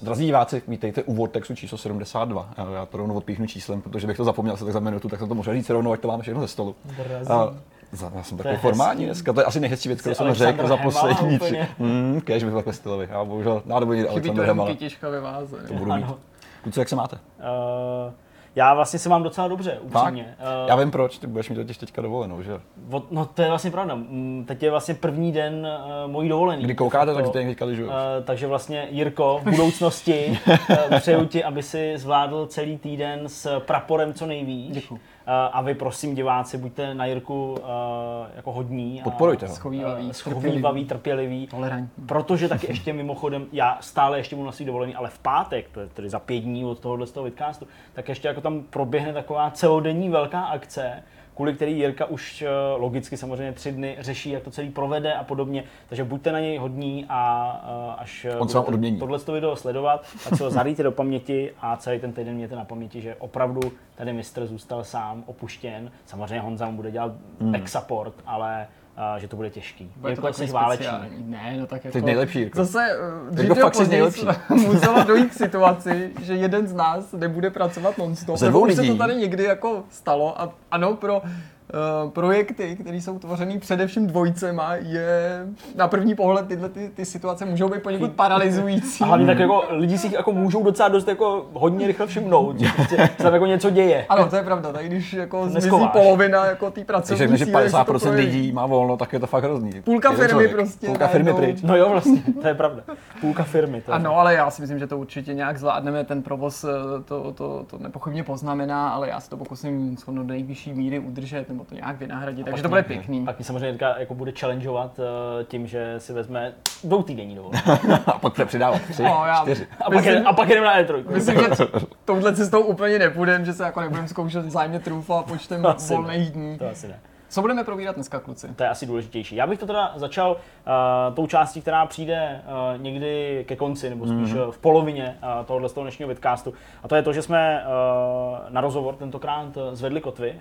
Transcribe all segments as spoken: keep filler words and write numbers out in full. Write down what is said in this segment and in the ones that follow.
Drazí diváci, vítejte u Vortexu číslo sedmdesát dva. Já to rovnou odpíchnu číslem, protože bych to zapomněl se tak za minutu, tak jsem to můžu říct rovnou, ať to máme všechno ze stolu. A, já jsem takový formální dneska, to je asi nejhezčí věc, kterou jsem řekl za poslední tři. Hmm, kéž bych takhle stylový, já bohužel nádobu někde Alexandr Hemala. Chybí to těžká ve váze. To budu mít. Kluci, jak se máte? Uh, já vlastně se mám docela dobře, upřímně. Uh, já vím proč, ty budeš mít totiž teďka dovolenou, že? No to je vlastně pravda, teď je vlastně první den uh, mojí dovolený. Kdy koukáte, tak ty teďka lyžuješ. Uh, takže vlastně Jirko, v budoucnosti uh, přeju ti, aby si zvládl celý týden s praporem co nejvíc. Děkuju. Uh, a vy prosím diváci, buďte na Jirku uh, jako hodní. Podporujte ho. Schovývavý, uh, schovývavý, trpělivý. Tolerantní. Protože taky ještě mimochodem, já stále ještě budu na svý dovolený, ale v pátek, to je tedy za pět dní od tohohle z toho vidcastu, tak ještě jako tam proběhne taková celodenní velká akce, kvůli který Jirka už logicky samozřejmě tři dny řeší, jak to celý provede a podobně. Takže buďte na něj hodní a až tohle video sledovat, tak se ho zahrýjte do paměti a celý ten týden mějte na paměti, že opravdu tady mistr zůstal sám, opuštěn. Samozřejmě Honza mu bude dělat hmm. back support, ale Uh, že to bude těžký. Bude to takový speciální. Ne, no tak jako... Jsi nejlepší. Zase dřív nebo později musela dojít k situaci, že jeden z nás nebude pracovat non-stop. Nebo už se to tady někdy jako stalo a ano, pro Uh, projekty, které jsou tvořený především dvojcema, je na první pohled tyhle ty, ty situace můžou být poněkud paralyzující. A hlavně tak jako lidi si jako můžou docela dost jako hodně rychle všimnout, že prostě tam jako něco děje. Ano, to je pravda, tak když jako zmizí polovina jako té pracovní síly, že padesát procent lidí má volno, tak je to fakt hrozný. Půlka firmy prostě. Půlka firmy pryč. No jo, vlastně, to je pravda. Půlka firmy. To ano, ale já si myslím, že to určitě nějak zvládneme, ten provoz to, to, to nepochybně poznamená, ale já se to pokusím co do nejvyšší míry udržet nebo to nějak vynahradit, takže to bude pěkný. Pak mi samozřejmě jako bude challengeovat uh, tím, že si vezme dvoutýdenní dovolenou. A pak přidávat tři, no, čtyři. A pak, myslím, a pak jdeme na E tři. Myslím, že touhle cestou úplně nepůjdem, že se jako nebudeme zkoušet vzájemně trůfa počtem volných dní. To asi ne. Co budeme probírat dneska, kluci? To je asi důležitější. Já bych to teda začal uh, tou částí, která přijde uh, někdy ke konci, nebo spíš mm-hmm. v polovině uh, tohohle z toho dnešního vidcastu. A to je to, že jsme uh, na rozhovor tentokrát zvedli kotvy.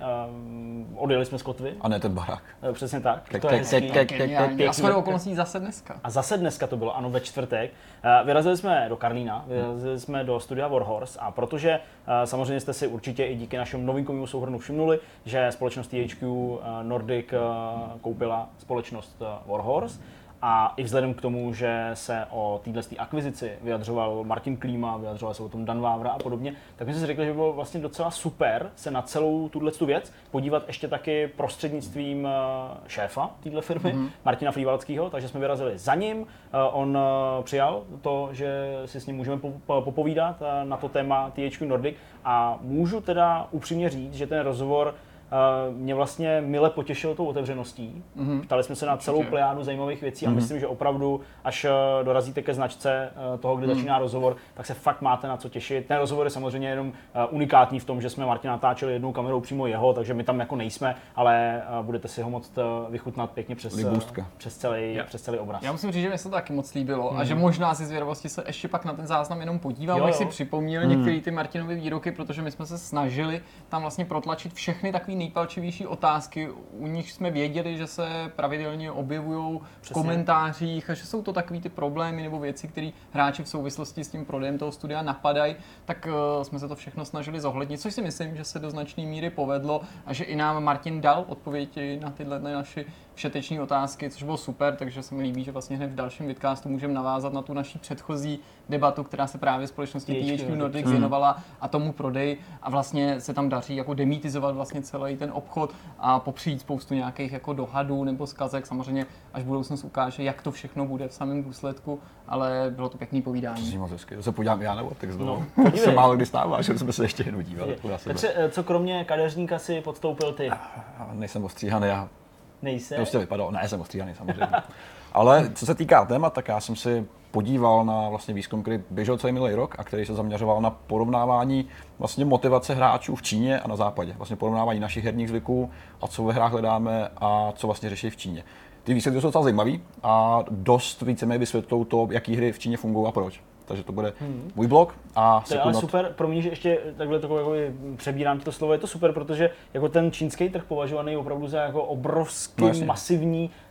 Uh, odjeli jsme z kotvy. A ne ten barák. Uh, přesně tak. Kek, to je hezký. Kek, kek, kek, kek. A shodou okolností zase dneska. A zase dneska to bylo, ano, ve čtvrtek. Uh, vyrazili jsme do Karlína, vyrazili jsme do studia Warhorse a protože uh, samozřejmě jste si určitě i díky našemu novinkovému souhrnu všimnuli, že společnost T H Q uh, Nordic koupila společnost Warhorse a i vzhledem k tomu, že se o této akvizici vyjadřoval Martin Klíma, vyjadřoval se o tom Dan Vávra a podobně, tak my jsme si řekli, že bylo vlastně docela super se na celou tuto věc podívat ještě taky prostřednictvím šéfa této firmy, mm-hmm. Martina Frývalského, takže jsme vyrazili za ním. On přijal to, že si s ním můžeme popovídat na to téma T H Q Nordic a můžu teda upřímně říct, že ten rozhovor Uh, mě vlastně mile potěšil tou otevřeností. Mm-hmm. Ptali jsme se na celou plejádu zajímavých věcí mm-hmm. a myslím, že opravdu, až uh, dorazíte ke značce uh, toho, kde mm-hmm. začíná rozhovor, tak se fakt máte na co těšit. Ten rozhovor je samozřejmě jenom uh, unikátní v tom, že jsme Martina natáčeli jednou kamerou přímo jeho, takže my tam jako nejsme, ale uh, budete si ho moct uh, vychutnat pěkně přes, uh, přes, celý, yeah. přes celý obraz. Já musím říct, že mi se to taky moc líbilo mm-hmm. a že možná si zvědavosti se ještě pak na ten záznam jenom podíval, abych si připomněl mm-hmm. některé ty Martinovy výroky, protože my jsme se snažili tam vlastně protlačit všechny takový nejpalčivější otázky, u nich jsme věděli, že se pravidelně objevují v komentářích a že jsou to takový ty problémy nebo věci, které hráči v souvislosti s tím prodejem toho studia napadají, tak uh, jsme se to všechno snažili zohlednit, což si myslím, že se do značné míry povedlo a že i nám Martin dal odpovědi na tyhle naše všeteční otázky, což bylo super, takže se mi líbí, že vlastně hned v dalším vidcastu můžeme navázat na tu naši předchozí debatu, která se právě společnosti T H Q Nordic věnovala a tomu prodeji a vlastně se tam daří jako demýtizovat vlastně celý ten obchod a popřít spoustu nějakých jako dohadů nebo zkazek. Samozřejmě až budoucnost ukáže, jak to všechno bude v samém důsledku, ale bylo to pěkný povídání. Moc hezky. To se podívám já nebo tak znovu. No, se málo kdy stává, že jsme se ještě jednou dívali. Petře, co kromě kadeřníka si podstoupil ty? Já nejsem ostříhaný, já Nejsem? Prostě vypadalo, ne, jsem ostříhaný samozřejmě. Ale co se týká témat, tak já jsem si podíval na vlastně výzkum, který běžel celý minulý rok a který se zaměřoval na porovnávání vlastně motivace hráčů v Číně a na západě. Vlastně porovnávání našich herních zvyků a co ve hrách hledáme a co vlastně řeší v Číně. Ty výsledky jsou docela zajímavý a dost víceméně vysvětlou to, jaký hry v Číně fungují a proč. Takže to bude hmm. můj blog a to je ale super, pro mě, že ještě takhle takové, přebírám to slovo, je to super, protože jako ten čínský trh považovaný opravdu za jako obrovský, no, masivní,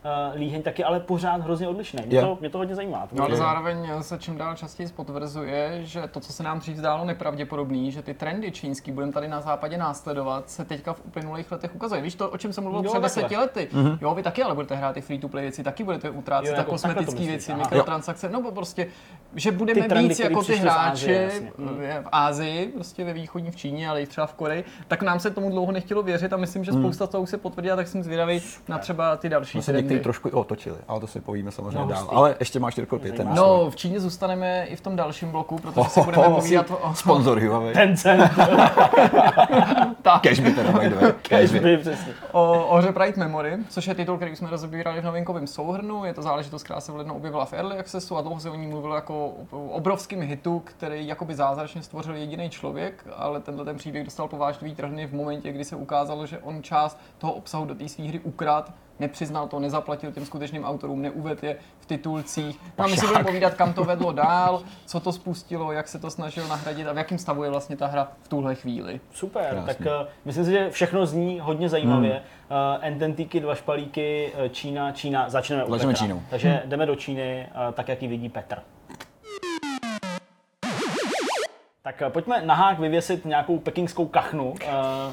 uh, líheň, tak je ale pořád hrozně odlišný. Mě, to, mě to hodně zajímá. No ale zároveň se čím dál častěji potvrzuje, že to, co se nám dřív zdálo nepravděpodobný, že ty trendy čínský budeme tady na západě následovat, se teďka v uplynulých letech ukazuje. Víš to, o čem jsem mluvil před deseti lety? Mm-hmm. Jo, vy taky ale budete hrát ty free-to-play věci, taky budete utrácet jako kosmetické věci, mikrotransakce, no prostě, že budeme trendy, víc jako ty hráči v Asii, prostě ve východní v Číně, ale i třeba v Koreji, tak nám se tomu dlouho nechtělo věřit a myslím, že spousta toho už se potvrdila, tak jsem zvědavý na třeba ty další no trendy. Někteří trošku i otočili, ale to si povíme samozřejmě no, dál. Ale ještě máš Jirko ty ten. No, v Číně zůstaneme i v tom dalším bloku, protože si budeme povídat o sponzor Huawei. Tencent. Tak. Cash by teda majde. Cash by, přesně. O, o hře Bright Memory, což je titul, který jsme rozebírali v novinkovém souhrnu. Je to záležitost, která se v lednu objevila v Early Accessu a dlouho se o ní mluvilo jako o obrovským hitu, který jakoby zázračně stvořil jediný člověk, ale tenhle ten příběh dostal povážlivý trhny v momentě, kdy se ukázalo, že on část toho obsahu do té své hry ukradl, nepřiznal to, nezaplatil těm skutečným autorům, neuvedl je v titulcích. No a my si budeme povídat, kam to vedlo dál, co to spustilo, jak se to snažil nahradit a v jakém stavu je vlastně ta hra v tuhle chvíli. Super, krásný. Tak uh, myslím si, že všechno zní hodně zajímavě. Hmm. Uh, Ententíky, dva špalíky, Čína, Čína, začneme u Petra. Čínou. Takže hmm. jdeme do Číny, uh, tak jak ji vidí Petr. Tak uh, pojďme na hák vyvěsit nějakou pekingskou kachnu. Uh,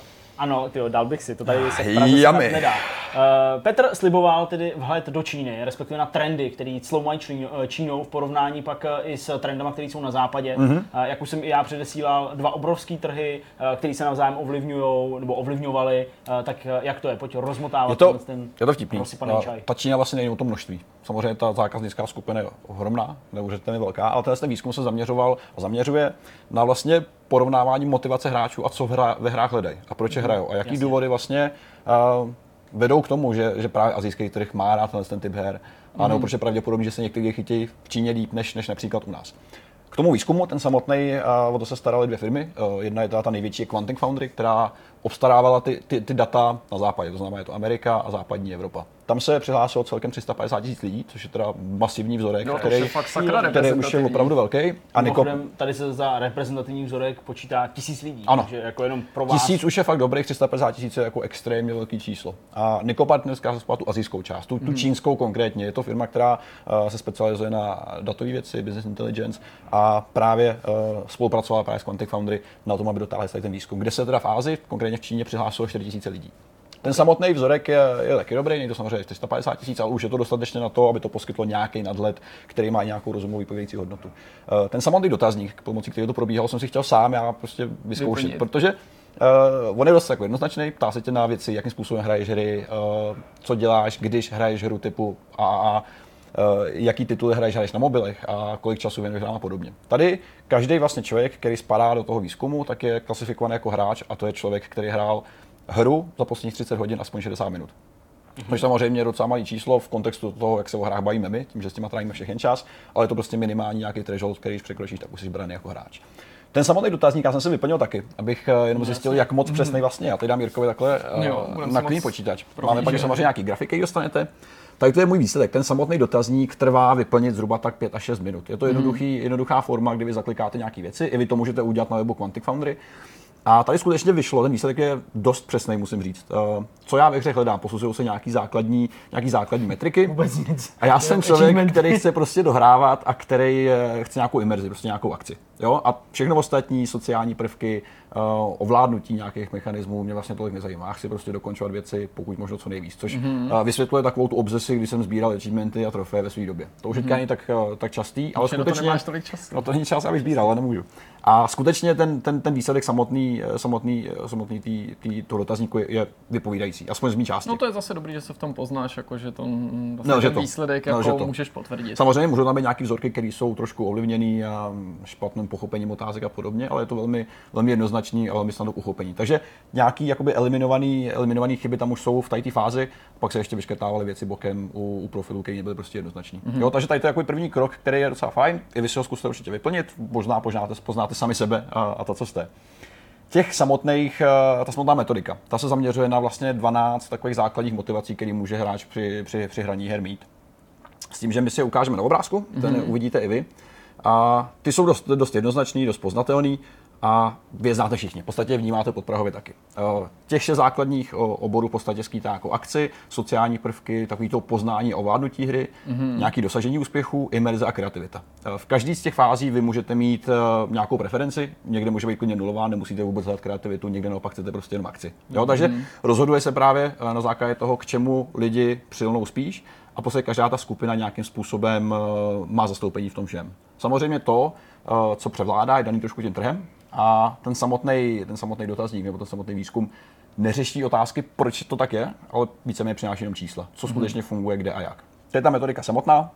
Ano, tyjo, dal bych si, to tady se v Praze snad nedá. Uh, Petr sliboval tedy vhled do Číny, respektive na trendy, který cloumají Čínou v porovnání pak i s trendama, které jsou na západě. Mm-hmm. Uh, jak už jsem i já předesílal, dva obrovský trhy, uh, které se navzájem ovlivňují nebo ovlivňovaly, uh, tak uh, jak to je? Pojď rozmotávat je to, ten je to vtipný. čaj. Ta Čína vlastně není o tom množství. Samozřejmě ta zákaznická skupina je ohromná, neuvěřitelně velká, ale ten výzkum se zaměřoval a zaměřuje na vlastně porovnávání motivace hráčů a co v hra, ve hrách hledají a proč je hrajou a jaký Jasně. důvody vlastně uh, vedou k tomu, že, že právě asijský trh má rád ten typ her a mm. nebo proč je pravděpodobně, že se někteří chytějí v Číně líp než, než například u nás. K tomu výzkumu, ten samotný, uh, o to se staraly dvě firmy. Uh, jedna je ta, ta největší, je Quantum Foundry, která obstarávala ty, ty, ty data na západě, to znamená je to Amerika a západní Evropa. Tam se přihlásilo celkem tři sta padesát tisíc lidí, což je teda masivní vzorek, no, který, který už je opravdu velký. A Niko... Tady se za reprezentativní vzorek počítá tisíc lidí, ano. Takže jako jenom pro vás. Tisíc už je fakt dobrých, tři sta padesát tisíc je jako extrémně velký číslo. A Niko Partners zkrátka tu asijskou část, tu, tu hmm. čínskou konkrétně. Je to firma, která uh, se specializuje na datové věci, business intelligence a právě uh, spolupracovala právě s Quantum Foundry na tom, aby dotáhli ten výzkum, kde se teda v Asii, konkrétně v Číně, přihlásilo čtyři tisíce lidí. Ten samotný vzorek je, je taky dobrý, není to samozřejmě čtyři sta padesát tisíc, ale už je to dostatečně na to, aby to poskytlo nějaký nadhled, který má nějakou rozumnou vypovědějící hodnotu. Ten samotný dotazník, pomocí kterého to probíhalo, jsem si chtěl sám já prostě vyzkoušet, Vyplnit. protože uh, on je dost jako jednoznačný, ptá se tě na věci, jakým způsobem hraješ hry, uh, co děláš, když hraješ hru typu A A A, Uh, jaký tituly hraješ, hraješ na mobilech a kolik času věnuješ hrám a podobně. Tady každý vlastně člověk, který spadá do toho výzkumu, tak je klasifikovaný jako hráč a to je člověk, který hrál hru za posledních třicet hodin aspoň šedesát minut. Mm-hmm. Což samozřejmě je docela malý číslo v kontextu toho, jak se o hrách bavíme my, tím, že s těma trávíme všechen čas, ale je to prostě minimální nějaký threshold, který když překročíš, tak už jsi braný jako hráč. Ten samotný dotazník já jsem si vyplnil taky, abych jenom zjistil, jak moc přesnej vlastně. Já teď dám Jirkovi takhle jo, na klidný počítač. Máme pak samozřejmě nějaký grafiky, který dostanete. Tady to je můj výsledek. Ten samotný dotazník trvá vyplnit zhruba tak pět až šest minut. Je to jednoduchý, jednoduchá forma, kdy vy zaklikáte nějaké věci, i vy to můžete udělat na webu Quantum Foundry. A tady skutečně vyšlo, ten výsledek je dost přesný, musím říct. Co já ve hře hledám, posuzují se nějaký základní, nějaký základní metriky. Vůbec nic. A já jsem člověk, který chce prostě dohrávat a který chce nějakou imerzi, prostě nějakou akci. Jo? A všechno ostatní, sociální prvky, ovládnutí nějakých mechanismů mě vlastně tolik nezajímá. Já chci prostě dokončovat věci, pokud možno co nejvíc, což mm-hmm. vysvětluje takovou tu obsesi, když jsem sbíral achievementy a trofeje ve své době. To už mm-hmm. není tak, tak častý, ale skutečně to nemáš tolik času. No to není čas, abych sbíral, ale nemůžu. A skutečně ten, ten, ten výsledek samotný, samotný, samotný tý, tý, toho dotazníku je, je vypovídající, aspoň z mý části. No to je zase dobrý, že se v tom poznáš, jako, že to, vlastně no, že ten to. výsledek no, jako to. můžeš potvrdit. Samozřejmě můžou tam být nějaký vzorky, které jsou trošku ovlivněný a špatným pochopením otázek a podobně, ale je to velmi, velmi jednoznačný a velmi snadno k uchopení. Takže nějaký jakoby eliminovaný, eliminovaný chyby tam už jsou v té fázi, pak se ještě vyškrtávaly věci bokem u, u profilů, které byly prostě jednoznačný. Mm-hmm. Jo, takže tady to je jako první krok, který je docela fajn, i vy si ho zkuste určitě vyplnit, možná poznáte, poznáte sami sebe a, a to, co jste. Těch samotných, ta samotná metodika, ta se zaměřuje na vlastně dvanáct takových základních motivací, které může hráč při, při, při hraní her mít. S tím, že my si je ukážeme na obrázku, ten mm-hmm. uvidíte i vy. A ty jsou dost, dost jednoznačný, dost poznatelný. a vy je znáte všichni, v podstatě vnímáte podprahově taky. Těch šest základních oborů v podstatě skýtá jako akci, sociální prvky, takový to poznání a ovládnutí hry, mm-hmm. nějaké dosažení úspěchu, imerze a kreativita. V každý z těch fází vy můžete mít nějakou preferenci, někde může být klidně nulová, nemusíte vůbec hledat kreativitu, někde naopak chcete prostě jenom akci. Jo, mm-hmm. Takže rozhoduje se právě na základě toho, k čemu lidi přilnou spíš, a prostě každá ta skupina nějakým způsobem má zastoupení v tom všem. Samozřejmě to, co převládá, je daný trošku tím trhem, a ten samotný ten samotný dotazník nebo ten samotný výzkum neřeší otázky, proč to tak je, ale víceméně přináší jenom čísla, co skutečně funguje, kde a jak. To je ta metodika samotná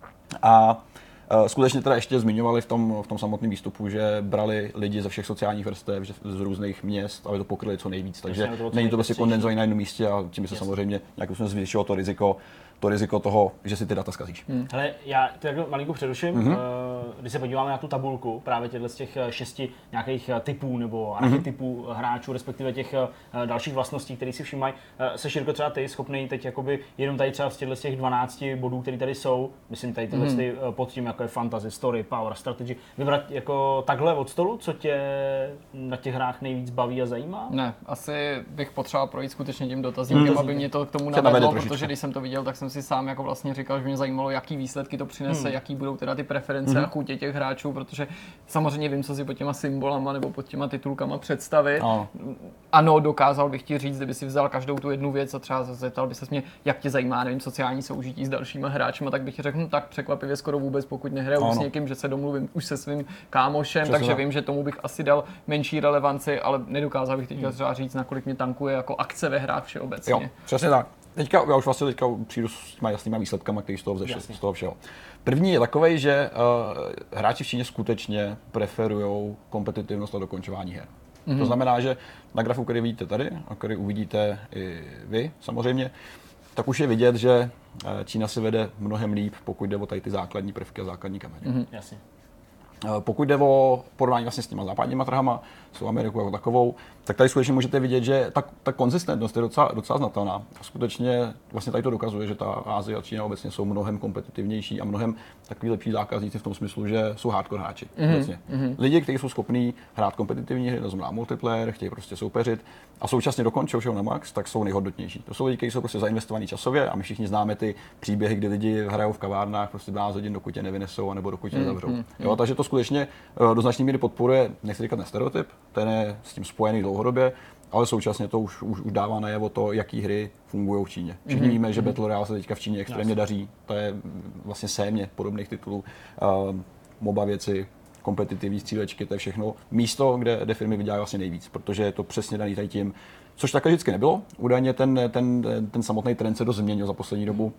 a uh, skutečně teda ještě zmiňovali v tom, v tom samotném výstupu, že brali lidi ze všech sociálních vrstev, z různých měst, aby to pokryli co nejvíc, takže to není to prostě kondenzované na jednom místě a tím by se yes. samozřejmě nějakým způsobem zvětšilo to riziko, to riziko toho, že si ty data zkazíš. Hmm. Hele, já to jako malinko přeruším, mm-hmm. když se podíváme na tu tabulku právě těchto z těch šesti nějakých typů nebo archetypů mm-hmm. hráčů, respektive těch dalších vlastností, které si všimají, se Širko třeba ty schopný teď jakoby jenom tady třeba z těchto z těch dvanácti bodů, které tady jsou, myslím tady tyhle mm-hmm. pod tím, jako je fantasy, story, power, strategy, vybrat jako takhle od stolu, co tě na těch hrách nejvíc baví a zajímá? Ne, asi bych potřeboval projít skutečně tím dotazníkem, mm-hmm. aby mě to k tomu navedlo, protože když jsem to viděl, tak jsem si sám jako vlastně říkal, že mě zajímalo, jaký výsledky to přinese, hmm. jaký budou teda ty preference hmm. a chutě těch hráčů, protože samozřejmě vím, co si pod těma symbolama nebo pod těma titulkama představit. Ano, ano dokázal bych ti říct, kdyby si vzal každou tu jednu věc a třeba zeptal by se mě, jak tě zajímá, nevím, sociální soužití s dalšíma hráčima, tak bych ti řekl, no, tak překvapivě skoro vůbec, pokud nehraju ano. s někým, že se domluvím už se svým kámošem, přesně takže tak. Vím, že tomu bych asi dal menší relevanci, ale nedokázal bych teďka třeba říct, nakolik mě tankuje jako akce ve hrách všeobecně. Jo, přesně tak. Teďka, já už vlastně teďka přijdu s těma jasnýma výsledkama, který z toho vzešly, z toho všeho. První je takovej, že uh, hráči v Číně skutečně preferují kompetitivnost a dokončování her. Mm-hmm. To znamená, že na grafu, který vidíte tady, a který uvidíte i vy samozřejmě, tak už je vidět, že Čína si vede mnohem líp, pokud jde o tady ty základní prvky a základní kameny. Mm-hmm. Jasně. Pokud jde o porovnání vlastně s těma západníma trhama, s Amerikou jako takovou, tak tady skutečně můžete vidět, že ta, ta konzistentnost je docela, docela znatelná. Skutečně vlastně tady to dokazuje, že ta Asie a Čína obecně jsou mnohem kompetitivnější a mnohem takový lepší zákazníci v tom smyslu, že jsou hardcore hráči. Mm-hmm. Lidi, kteří jsou schopní hrát kompetitivní hry, to znamená multiplayer, chtějí prostě soupeřit a současně dokončují show na max, tak jsou nejhodnotnější. To jsou lidi, kteří jsou prostě zainvestovaní časově a my všichni známe ty příběhy, kdy lidi hrajou v kavárnách prostě dvanáct hodin, dokud je nevynesou, anebo dokud je nezavřou. Mm-hmm. Jo, takže to skutečně do značné míry podporuje, nechci říkat stereotyp, ten je s tím spojený dlouhodobě, ale současně to už, už, už dává najevo to, jaký hry fungují v Číně. Všichni mm-hmm. víme, že Battle Royale se teďka v Číně extrémně daří, to je vlastně sémě podobných titulů, uh, MOBA věci, kompetitivní střílečky, to je všechno místo, kde, kde firmy vydělají vlastně nejvíc, protože je to přesně daný tady tím, což takhle vždycky nebylo. Údajně ten, ten, ten samotný trend se dost změnil za poslední dobu,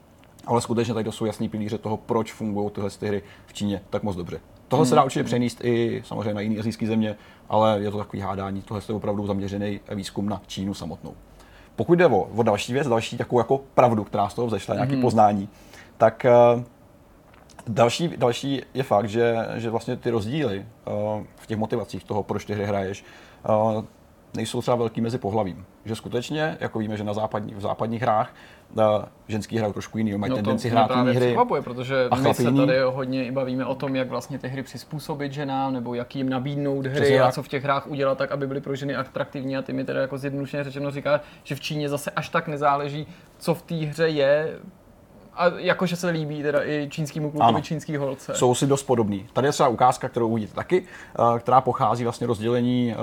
ale skutečně tady to jsou jasný pilíře toho, proč fungují tyhle ty hry v Číně tak moc dobře. Tohle se dá určitě přenést i samozřejmě na jiné asijské země, ale je to takový hádání. Tohle je opravdu zaměřený výzkum na Čínu samotnou. Pokud jde o, o další věc, další takovou jako pravdu, která z toho vzešla, nějaké mm-hmm. poznání, tak uh, další, další je fakt, že, že vlastně ty rozdíly uh, v těch motivacích toho, proč ty hry hraješ, uh, nejsou třeba velký mezi pohlavím. Že skutečně, jako víme, že na západní, v západních hrách da, ženský hrajou trošku jiný, mají no tendenci hrát jiný hry. Překvapuje, protože my se tady hodně i bavíme o tom, jak vlastně ty hry přizpůsobit ženám, nebo jak jim nabídnout hry Přesně a jak. co v těch hrách udělat tak, aby byly pro ženy atraktivní. A ty mi teda jako zjednodušeně řečeno říká, že v Číně zase až tak nezáleží, co v té hře je. A jakože se líbí teda i čínskému klukovi, čínský holce. Jsou si dost podobný. Tady je třeba ukázka, kterou uvidíte taky, která pochází vlastně rozdělení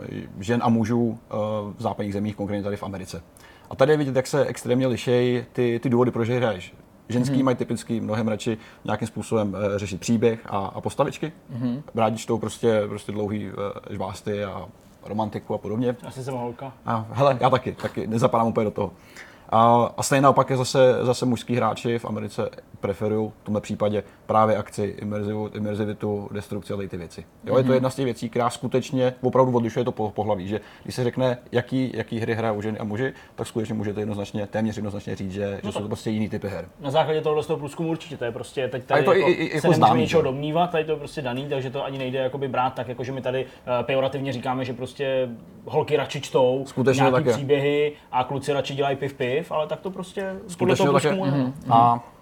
žen a mužů v západních zemích, konkrétně tady v Americe. A tady je vidět, jak se extrémně lišejí ty, ty důvody, proč hraješ. Ženský hmm. mají typicky mnohem radši nějakým způsobem řešit příběh a, a postavičky. Hmm. Rádi čtou prostě, prostě dlouhý žvásty a romantiku a podobně. Asi jsem holka. A, hele, já taky, taky nezapadám úplně do toho. A, a stejně naopak je zase, zase mužský hráči v Americe preferují v tomhle případě právě akci, imerzivu, imerzivitu, destrukci a ty věci. Jo, mm-hmm. Je to jedna z těch věcí, která skutečně opravdu odlišuje to pohlaví, že když se řekne, jaký, jaký hry hrají ženy a muži, tak skutečně můžete jednoznačně, téměř jednoznačně říct, že, no že jsou to prostě jiný typy her. Na základě tohohle toho průzkumu určitě, to je prostě teď tady to jako, i, i, jako se nemůžeme něčeho domnívat, tady to je prostě daný, takže to ani nejde jakoby brát tak, jako že my tady uh, pejorativně říkáme, že prostě holky radši čtou skutečně nějaký příběhy a kluci radši dělají piv piv, ale tak to prostě skutečně také. Mm-hmm. A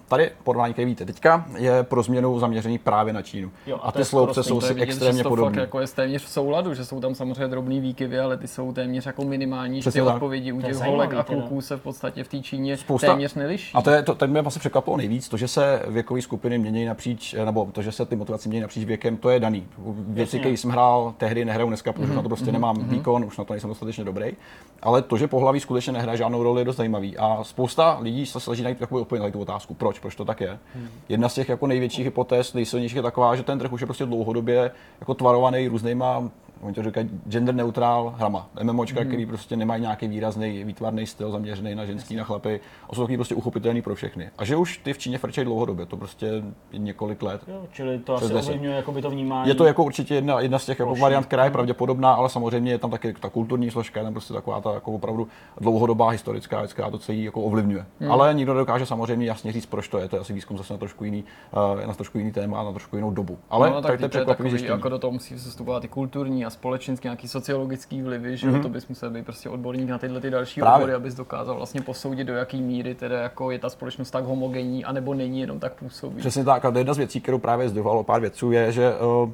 tady porovnání, který víte teďka, je pro změnu zaměřený právě na Čínu. Jo, a, a ty sloupce jsou si extrémně podobné. Jako je téměř v souladu, že jsou tam samozřejmě drobný výkyvy, ale ty jsou téměř jako minimální, že ty odpovědi u těch holek a kluků se v podstatě v té Číně Spousta. téměř neliší. A to je to, to mě vlastně překvapilo nejvíc, to, že se věkové skupiny mění napříč, nebo to, že se ty motivace mění napříč věkem, to je daný. Věci, které jsem hrál tehdy, nehraju dneska, protože mm-hmm. na to prostě mm-hmm. nemám mm-hmm. výkon, už na to nejsem dostatečně dobrý. Ale to, že pohlaví skutečně nehraje žádnou roli, je dost zajímavý. A spousta lidí se snaží najít takovou odpověď na tu otázku, proč, proč to tak je. Hmm. Jedna z těch jako největších hypotéz, nejsilnějších je taková, že ten trh už je prostě dlouhodobě jako tvarovaný různýma, oni to říkají gender neutral hrama, MMOčka, hmm. který prostě nemají nějaký výrazný výtvarný styl zaměřený na ženský, na chlapy, a jsou takový prostě uchopitelný pro všechny. A že už ty v Číně frčejí dlouhodobě, to prostě je několik let. Jo, čili to asi ovlivňuje jakoby to vnímání. Je to jako určitě jedna, jedna z těch jako variant, která je pravděpodobná, ale samozřejmě je tam taky ta kulturní složka, je tam prostě taková ta jako opravdu dlouhodobá historická věc, která to celý jako ovlivňuje. Hmm. Ale nikdo nedokáže samozřejmě jasně říct, proč to je, to je asi výzkum zase na trošku jiný, uh, na trošku jiný téma, na trošku jinou dobu. Ale no, tak to je překvapivý, jako do toho musí vstupovat i kulturní a společenský, nějaký sociologický vlivy, že mm-hmm. to bys musel být prostě odborník na tyhle ty další obory, abys dokázal vlastně posoudit, do jaký míry teda jako je ta společnost tak homogenní, anebo není jenom tak působí. Přesně tak. A jedna z věcí, kterou právě zdůvalo pár vědců, je, že uh, uh,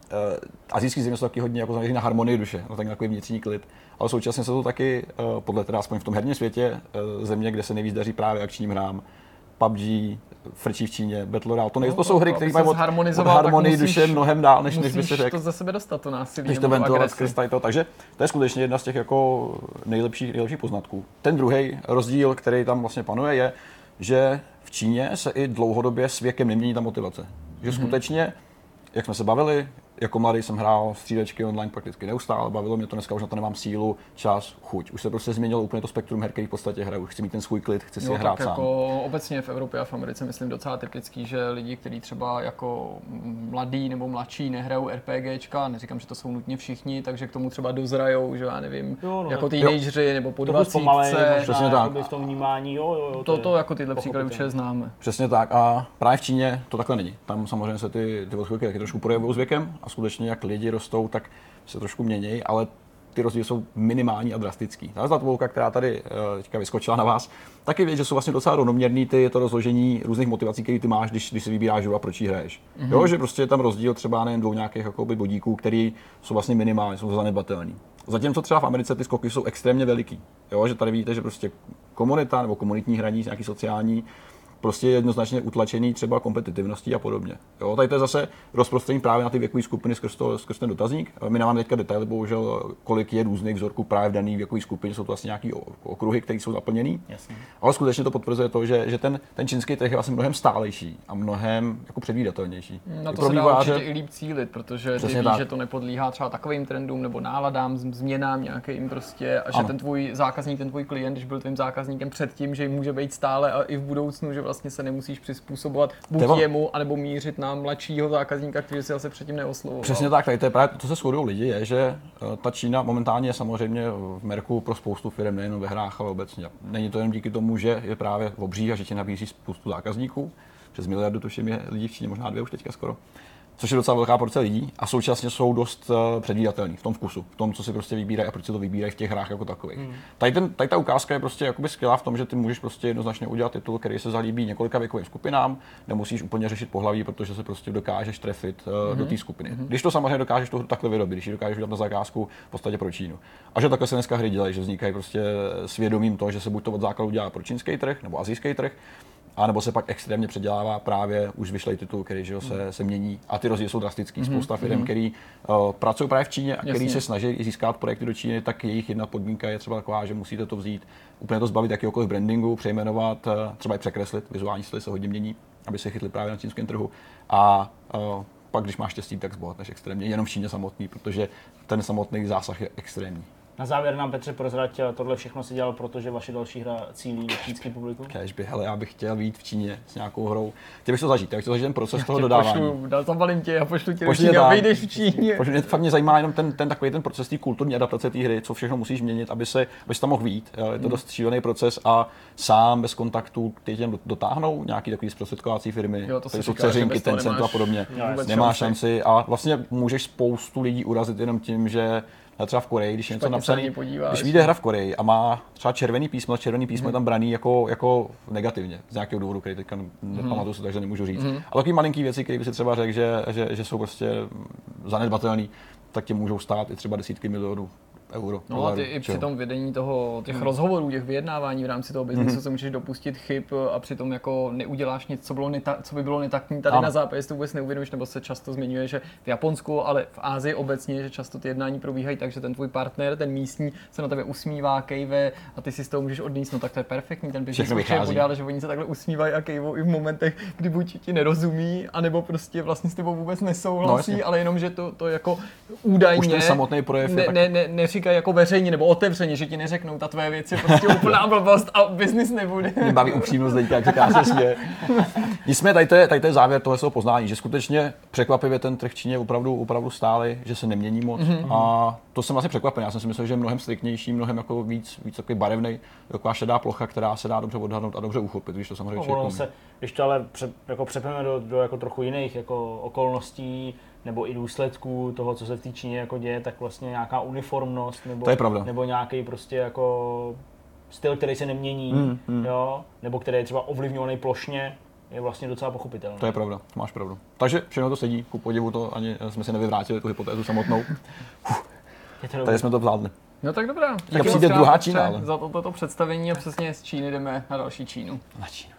asijský země jsou taky hodně jako zaměřený na harmonii duše, na takový vnitřní klid. Ale současně se to taky, uh, podle teda aspoň v tom herním světě, uh, země, kde se nejvíc daří právě akčním hrám, P U B G, frčí v Číně, Battle Royale, to, nej, to jsou hry, které mají od, od harmonii duše mnohem dál, než, než by se řekl. To ze sebe dostat, to násilí, když to ventilovat skrz to, takže to je skutečně jedna z těch jako nejlepších, nejlepších poznatků. Ten druhý rozdíl, který tam vlastně panuje, je, že v Číně se i dlouhodobě s věkem nemění ta motivace. Že mm-hmm. skutečně, jak jsme se bavili, jako mladý jsem hrál střílečky online prakticky neustále, bavilo mě to, dneska už na to nemám sílu, čas, chuť. Už se prostě změnilo úplně to spektrum her, který v podstatě hraju. Chci mít ten svůj klid, chci si je hrát sám. Jako obecně v Evropě a v Americe myslím docela typický, že lidi, kteří třeba jako mladí nebo mladší nehrajou RPGčka, neříkám, že to jsou nutně všichni, takže k tomu třeba dozrajou, že já nevím, jo, no, jako teenageři nebo po dvacítce. Přesně tak. V tom vnímání, jo, jo, jo, to, to, to jako tyhle příklady určitě známe. Přesně tak. A právě v Číně to takhle není. Tam samozřejmě se ty, ty odchylky taky trošku projevují s věkem a skutečně jak lidi rostou, tak se trošku mění, ale ty rozdíly jsou minimální a drastický. Ta tabulka, která tady teďka vyskočila na vás, taky vědět, že jsou vlastně docela rovnoměrný ty to rozložení různých motivací, které ty máš, když, když si vybíráš a proč jí hraješ. Mm-hmm. Jo, že prostě je tam rozdíl třeba nejen dvou nějakých jakoby bodíků, který jsou vlastně minimální, jsou zanedbatelný. Zatímco třeba v Americe ty skoky jsou extrémně veliký. Jo, že tady vidíte, že prostě komunita nebo komunitní hraní, nějaký sociální, prostě je jednoznačně utlačený třeba kompetitivností a podobně. Jo, tady to je zase rozprostření právě na ty věkové skupiny skrz, to, skrz ten dotazník. My nemáme teďka detaily, bohužel, kolik je různých vzorků právě v dané věkové skupině, jsou to vlastně nějaké okruhy, které jsou zaplněné. Ale skutečně to potvrzuje to, že, že ten, ten čínský trh je vlastně mnohem stálejší a mnohem jako předvídatelnější. Na to se dá určitě i líp cílit, protože ty víš, že to nepodlíhá třeba takovým trendům nebo náladám, změnám nějakým prostě a že ano. ten tvůj zákazník, ten tvůj klient, když byl tvým zákazníkem předtím, že jim může být stále a i v budoucnu, že vlastně se nemusíš přizpůsobovat buď Tevo. jemu, anebo mířit na mladšího zákazníka, který si asi předtím neoslovoval. Přesně tak, tady to je právě to, co se shodují lidi, je, že ta Čína momentálně je samozřejmě v merku pro spoustu firm, nejen ve hrách, ale obecně. Není to jen díky tomu, že je právě v obří a že ti nabízí spoustu zákazníků. Přes miliardu tuším je lidí v Číně, možná dvě už teďka skoro. Což je docela velká porce lidí a současně jsou dost uh, předvídatelní v tom vkusu, v tom, co si prostě vybírají a proč si to vybírají v těch hrách jako takových. Hmm. Tady, ten, tady ta ukázka je prostě jakoby skvělá v tom, že ty můžeš prostě jednoznačně udělat titul, který se zalíbí několika věkovým skupinám, nemusíš úplně řešit pohlaví, protože se prostě dokážeš trefit uh, hmm. do té skupiny. Hmm. Když to samozřejmě dokážeš tu hru takhle vyrobit, když ji dokážeš udělat na zakázku v podstatě pro Čínu. A že takhle se dneska hry dělají, že vznikají prostě svědomím toho, že se buď to od základu dělá pro čínský trh nebo asijský trh, a nebo se pak extrémně předělává právě už vyšlej titul, který že, se, se mění a ty rozdíly jsou drastický. Spousta mm-hmm. firm, který uh, pracují právě v Číně a který se snaží získat projekty do Číny, tak jejich jedna podmínka je třeba taková, že musíte to vzít, úplně to zbavit jakéhokoliv brandingu, přejmenovat, uh, třeba i překreslit, vizuální styly se hodně mění, aby se chytli právě na čínském trhu. A uh, pak, když máš štěstí, tak zbohatneš extrémně, jenom v Číně samotný, protože ten samotný zásah je extrémní. Na závěr nám, Petře, prozrať, tohle všechno si dělal, protože vaše další hra cílí na čínský publikum? Kéž by, hele, já bych chtěl být v Číně s nějakou hrou. Chtěl bych to zažít, já bych to zažít ten proces já toho dodávání. Pošlu, dal tam balím tě a pošlu tě do Číny a vyjdeš v Číně. Protože mě fakt mě zajímá jenom ten, ten takový ten proces té kulturní adaptace té hry, co všechno musíš měnit, aby se, aby se tam mohl vyjít. Je to dost šílený proces a sám bez kontaktu ty tě dotáhnou nějaký takový zprostředkovací firmy, jo, to jsou dceřinky, Tencent a podobně. Nemáš šanci a vlastně můžeš spoustu lidí urazit jenom tím, že Ale třeba v Koreji, když je něco napsané, když že... vyjde hra v Koreji a má třeba červený písmo, červený písmo hmm. je tam braný jako, jako negativně, z nějakého důvodu, který teďka nepamatuju si, takže nemůžu říct. Hmm. A takový malinký věci, které by si třeba řekl, že, že, že jsou prostě zanedbatelný, tak tě můžou stát i třeba desítky milionů euro. No a ty i při tom vedení toho, těch hmm. rozhovorů, těch vyjednávání v rámci toho biznesu hmm. se můžeš dopustit chyb a přitom jako neuděláš nic, co, bylo neta, co by bylo netaktní tady ano. na západě, to vůbec neuvědomíš, nebo se často zmiňuje, že v Japonsku, ale v Asii obecně, že často ty jednání probíhají tak, že ten tvůj partner, ten místní, se na tebe usmívá, kejve a ty si z toho můžeš odníst, no tak to je perfektní, ten biznes bude, ale že oni se takhle usmívají a kejvou i v momentech, kdy buď ti nerozumí, anebo prostě vlastně s tebou vůbec nesouhlasí, no, ale jenom, že to, to jako údajně už ten samotný projev ne, tak... ne, ne, ne, říkají jako veřejně nebo otevřeně, že ti neřeknou, ta tvoje věc je prostě úplná blbost a biznis nebude. Mě baví upřímnost teďka, jak říká se směje. Nicméně tady to je, tady to je závěr toho svého poznání, že skutečně překvapivě ten trh v Číně je opravdu, opravdu stálý, že se nemění moc. Mm-hmm. A to jsem asi překvapený. Já jsem si myslel, že je mnohem striktnější, mnohem jako víc, víc takový barevný, taková šedá plocha, která se dá dobře odhadnout a dobře uchopit, když to samozřejmě no, se, když to ale pře, jako přepneme do, do jako trochu jiných jako okolností, nebo i důsledků toho, co se v té Číně jako děje, tak vlastně nějaká uniformnost nebo, to je pravda. nebo nějaký prostě jako styl, který se nemění, mm, mm. jo, nebo který je třeba ovlivňovaný plošně, je vlastně docela pochopitelný. To je pravda, to máš pravdu. Takže všechno to sedí, ku podivu to ani jsme si nevyvrátili tu hypotézu samotnou. Tady jsme to zvládli. No tak dobrá. Tak přijde druhá Čína. Ale... Za toto to představení a přesně z Číny jdeme na další Čínu. Na Čínu.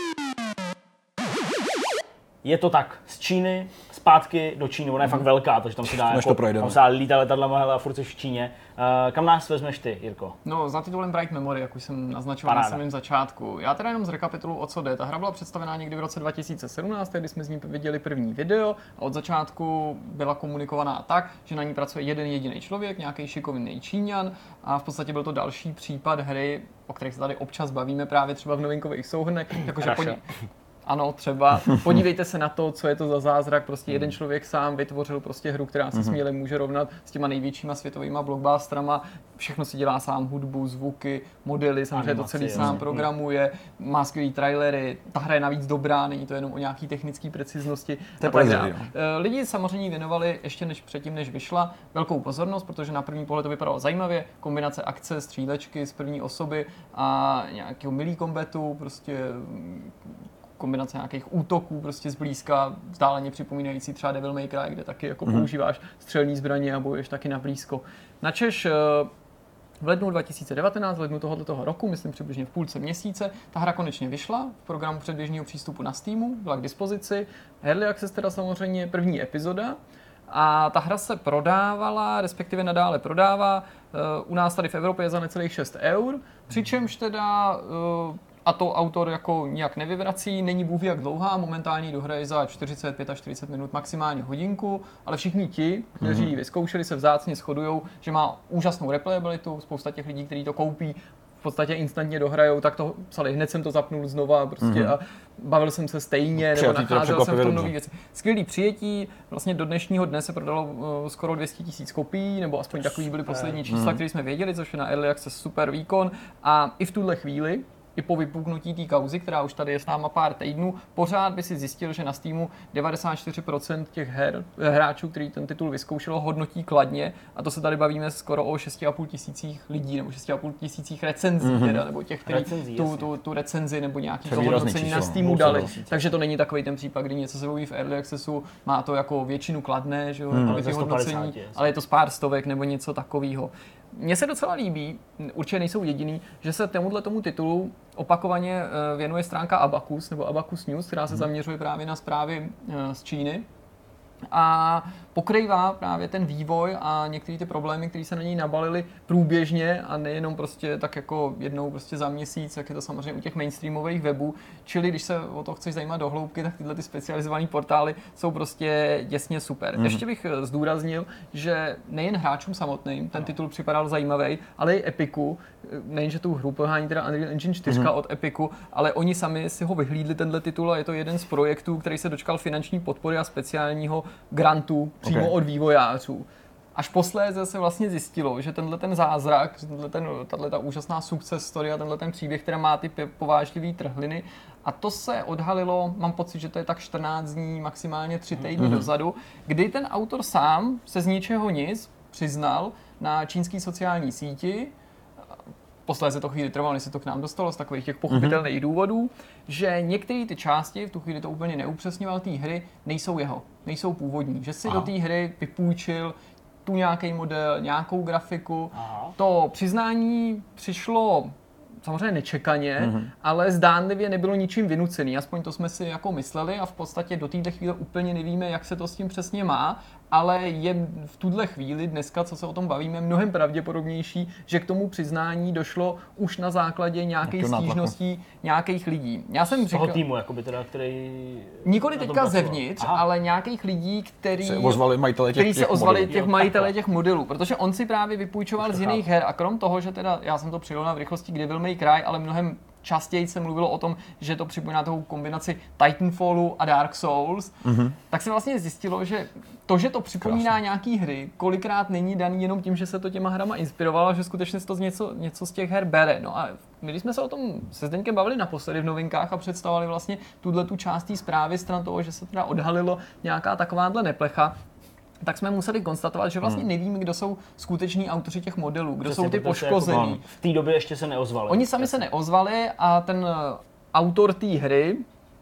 Je to tak, z Číny zpátky do Číny, ona je fakt velká, takže tam se dá, jako, tam se dá lítat letadlama, hele, a furt jsi v Číně. Uh, kam nás vezmeš ty, Jirko? No, za titulem Bright Memory, jak už jsem naznačoval na samém začátku. Já teda jenom zrekapituluji, o co jde. Ta hra byla představená někdy v roce dva tisíce sedmnáct, kdy jsme z ní viděli první video a od začátku byla komunikovaná tak, že na ní pracuje jeden jediný člověk, nějaký šikovný Číňan a v podstatě byl to další případ hry, o kterých se tady občas bavíme právě třeba v novinkových souhrnech, jakože podí... Ano, třeba. Podívejte se na to, co je to za zázrak. Prostě jeden člověk sám vytvořil prostě hru, která se směle může rovnat s těma největšíma světovýma blockbusterama. Všechno si dělá sám, hudbu, zvuky, modely, samozřejmě to celý sám programuje, má skvělý trailery. Ta hra je navíc dobrá, není to jenom o nějaký technické preciznosti. Lidi samozřejmě věnovali ještě než předtím, než vyšla, velkou pozornost, protože na první pohled to vypadalo zajímavě. Kombinace akce, střílečky z první osoby a nějakého milý kombatu, prostě kombinace nějakých útoků prostě zblízka, vzdáleně připomínající třeba Devil May Cry, kde taky jako mm-hmm. používáš střelní zbraně a bojuješ taky na blízko. Načež v lednu dva tisíce devatenáct, v lednu tohoto roku, myslím přibližně v půlce měsíce, ta hra konečně vyšla v programu předběžného přístupu na Steamu, byla k dispozici. Early Access teda samozřejmě první epizoda. A ta hra se prodávala, respektive nadále prodává, u nás tady v Evropě za necelých šest eur, přičemž teda a to autor jako nijak nevyvrací, není bůh jak dlouhá, momentálně dohraje za čtyřicet pět až čtyřicet minut, maximálně hodinku, ale všichni ti, kteří ji vyzkoušeli, se vzácně shodujou, že má úžasnou replayabilitu, spousta těch lidí, kteří to koupí, v podstatě instantně dohrajou, tak to psali, hned jsem to zapnul znova prostě mm-hmm. a bavil jsem se stejně, nebo nacházel jsem v tom nový věci. Skvělý přijetí, vlastně do dnešního dne se prodalo uh, skoro dvě stě tisíc kopií, nebo aspoň takový byly poslední čísla, mm-hmm. které jsme věděli, což je na Early Access super výkon a i v tuhle chvíli, i po vypuknutí té kauzy, která už tady je s náma pár týdnů, pořád by si zjistil, že na Steamu devadesát čtyři procent těch her, hráčů, kteří ten titul vyzkoušelo, hodnotí kladně a to se tady bavíme skoro o šest a půl tisících lidí nebo šest a půl tisících recenzí, mm-hmm. teda, nebo těch, kteří tu, tu, tu recenzi nebo nějaký to hodnocení na Steamu dali. Takže to není takový ten případ, kdy něco se objeví v Early Accessu, má to jako většinu kladné, že jo, mm, jako hodnocení, ale je to z pár stovek nebo něco takového. Mně se docela líbí, určitě nejsou jediný, že se tomuhle tomu titulu opakovaně věnuje stránka Abacus nebo Abacus News, která se zaměřuje právě na zprávy z Číny a pokrývá právě ten vývoj a některé ty problémy, které se na něj nabalily průběžně a nejenom prostě tak jako jednou prostě za měsíc, jak je to samozřejmě u těch mainstreamových webů. Čili když se o to chceš zajímat do hloubky, tak tyhle ty specializované portály jsou prostě děsně super. Mm. Ještě bych zdůraznil, že nejen hráčům samotným ten titul připadal zajímavý, ale i Epiku, nejenže tu hru pohání teda Unreal Engine čtyři mm. od Epiku, ale oni sami si ho vyhlídli tenhle titul a je to jeden z projektů, který se dočkal finanční podpory a speciálního grantu přímo okay. od vývojářů. Až posléze se vlastně zjistilo, že tenhle ten zázrak, že tenhle ten, tato ta úžasná success story a tenhle ten příběh, který má ty povážlivý trhliny, a to se odhalilo, mám pocit, že to je tak čtrnáct dní, maximálně tři týdny mm-hmm. dozadu, kdy ten autor sám se z ničeho nic přiznal na čínský sociální síti, posléze to chvíli trvalo, než se to k nám dostalo z takových těch pochopitelných mm-hmm. důvodů, že některé ty části, v tu chvíli to úplně neupřesňoval, té hry nejsou jeho, nejsou původní, že si Aha. do té hry vypůjčil tu nějaký model, nějakou grafiku. Aha. To přiznání přišlo samozřejmě nečekaně, mm-hmm. ale zdánlivě nebylo ničím vynucený, aspoň to jsme si jako mysleli a v podstatě do této chvíle úplně nevíme, jak se to s tím přesně má, ale je v tuhle chvíli dneska, co se o tom bavíme, mnohem pravděpodobnější, že k tomu přiznání došlo už na základě nějakých stížností nějakých lidí. Já jsem z toho říkal, týmu, jakoby teda, který... Nikoli teďka zevnitř, Aha. ale nějakých lidí, který se ozvali majitele těch, který těch se ozvali modelů. těch majitele těch modelů, protože on si právě vypůjčoval z jiných her a krom toho, že teda, já jsem to přijel v rychlosti, kdy Devil May Cry, ale mnohem častěji se mluvilo o tom, že to připomíná tou kombinaci Titanfallu a Dark Souls, mm-hmm. tak se vlastně zjistilo, že to, že to připomíná Krásný. nějaký hry, kolikrát není daný jenom tím, že se to těma hrama inspirovalo, že skutečně se to z něco, něco z těch her bere. No a my, když jsme se o tom se Zdeňkem bavili naposledy v novinkách a představovali vlastně tuhle tu část té zprávy stran toho, že se teda odhalilo nějaká takováhle neplecha, tak jsme museli konstatovat, že vlastně nevíme, kdo jsou skuteční autoři těch modelů, kdo Přesně, jsou ty poškození. Jako v té době ještě se neozvali. Oni sami se neozvali a ten autor té hry,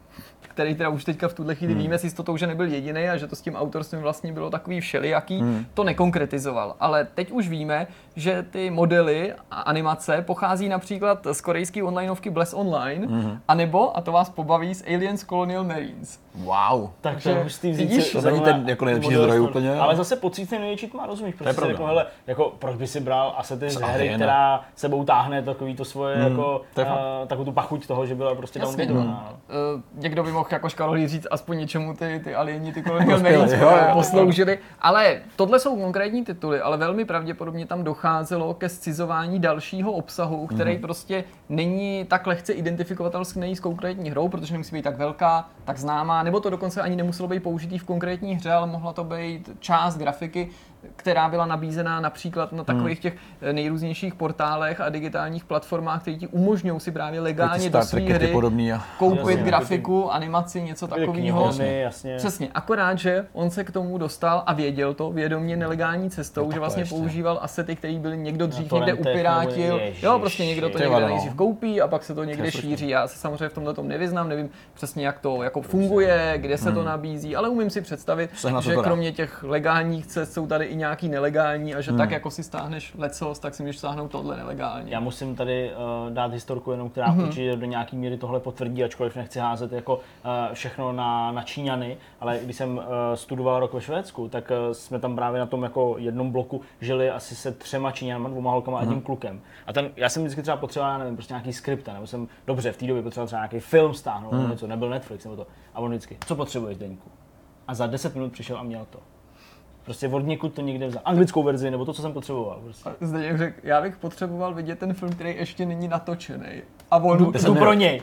který teda už teďka v tuhle chvíli hmm. víme s jistotou, že nebyl jediný a že to s tím autorstvím vlastně bylo takový všelijaký, hmm. to nekonkretizoval. Ale teď už víme, že ty modely a animace pochází například z korejské onlineovky Bless Online, hmm. anebo, a to vás pobaví, z Aliens Colonial Marines. Wow. Tak to už ty vidíš, to není ten jako nejlepší zdroj úplně. Ale zase pocit ten největší tma, rozumíš? Prostě si řekl, hele, jako, proč by si bral asety z hry, která sebou táhne takový to svoje, hmm. jako, uh, takovou tu pachuť toho, že byla prostě downloadovaná. Uh, někdo by mohl jako škalolí říct aspoň něčemu ty, ty alieni, ty Colonial Marines posloužili. Ale tohle jsou konkrétní tituly, ale velmi pravděpodobně tam docházelo ke scizování dalšího obsahu, který hmm. prostě není tak lehce identifikovatelný s konkrétní hrou, protože nemusí být tak velká, tak známá, nebo to dokonce ani nemuselo být použitý v konkrétní hře, ale mohla to být část grafiky, která byla nabízená například na takových těch nejrůznějších portálech a digitálních platformách, které ti umožňují si právě legálně do své hry a... koupit jasně, grafiku, animaci, něco takového. Přesně, akorát, že on se k tomu dostal a věděl to vědomě nelegální cestou, no, že vlastně ještě. používal asety, které byly někdo dřív někde upirátil. Jo, prostě někdo to někde nejdřív koupí a pak se to někde šíří. Já se samozřejmě v tomhle tom nevyznám, nevím přesně, jak to jako funguje, kde se to nabízí, ale umím si představit, že kromě těch legálních cest jsou tady i nějaký nelegální a že hmm. tak jako si stáhneš lecos, tak si můžeš stáhnout tohle nelegálně. Já musím tady uh, dát historku jenom, která hmm. určitě do nějaký míry tohle potvrdí, ačkoliv nechci házet jako uh, všechno na, na Číňany, ale když jsem uh, studoval rok ve Švédsku, tak uh, jsme tam právě na tom jako jednom bloku žili asi se třema Číňanama, dvouma holkama a jedním hmm. klukem. A ten, já jsem vždycky třeba potřeboval, nevím, prostě nějaký skript, nebo jsem dobře v té době potřeboval třeba nějaký film stáhnout, hmm. nebo něco, nebyl Netflix nebo to. A on vždycky, co potřebuješ, Deňku? A za deset minut přišel a měl to. Prostě od někud to někde vzal. Anglickou verzi, nebo to, co jsem potřeboval. Prostě. Zdeněk řekl, já bych potřeboval vidět ten film, který ještě není natočený. A on jdu, jdu pro něj.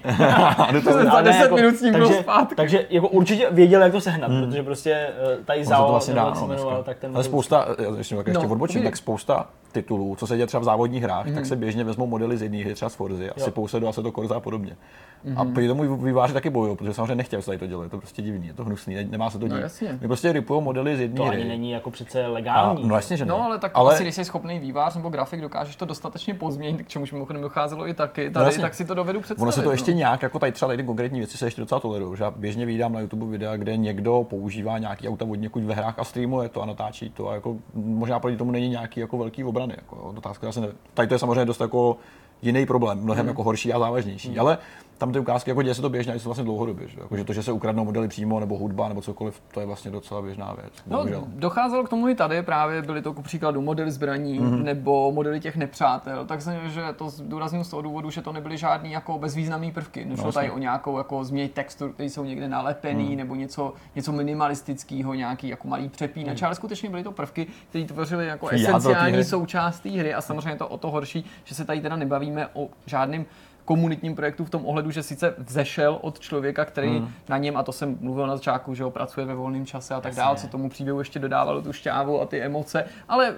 Za deset jako, minut s ním byl zpátky. Takže jako určitě věděl, jak to sehnat, hmm. protože prostě tady Zao, vlastně dá, se jmenoval, tak ten... Ale spousta, ještě, ještě no, odbočím, tak spousta titulů, co se děje třeba v závodních hrách, hmm. tak se běžně vezmou modely z jedné hry, třeba z Forzy, a sypou se do Assetto Corsa a podobně. Mm-hmm. A prý tomu výváři taky bojují, protože samozřejmě nechtěli se tady to dělat, je to prostě divný, je to hnusný, nemá se to dít. No, my prostě ripujou modely z jedné hry. To ani není jako přece legální. A, no jasně, že ne. No ale tak ale... asi, když jsi schopný vývář nebo grafik, dokážeš to dostatečně pozměnit, k čemuž mimochodem docházelo i taky, tady, no, tak si to dovedu představit. Ono se to no. ještě nějak, jako tady třeba tady ty konkrétní věci se ještě docela tolerují, že já běžně vídám na YouTube videa, kde někdo používá nějaký auta od někud ve hrách a streamuje to a natáčí to a jako možná proti tomu není nějaký jako velký obrany, jako otázka asi ne. Tady to je samozřejmě dost jako jiný problém, mnohem hmm. jako horší a závažnější, hmm. ale tam ty ukázky, jako děje se to běžně, jsou vlastně dlouhodobě, že? Jako, že to, že se ukradnou modely přímo, nebo hudba, nebo cokoliv, to je vlastně docela běžná věc. No, docházelo k tomu i tady, právě byly to ku příkladu modely zbraní, mm-hmm. nebo modely těch nepřátel, takže to zdůrazním z toho důvodu, že to nebyly žádný jako bezvýznamný prvky. Nešlo no, tady o nějakou jako změň textur, které jsou někde nalepený, mm. nebo něco, něco minimalistického, nějaký jako malý přepínač, mm. ale skutečně byly to prvky, které tvořily jako esenciální součást té hry a samozřejmě to o to horší, že se tady teda nebavíme o žádným komunitním projektu v tom ohledu, že sice vzešel od člověka, který hmm. na něm, a to jsem mluvil na začátku, že ho pracuje ve volném čase a tak dále, co tomu příběhu ještě dodávalo tu šťávu a ty emoce, ale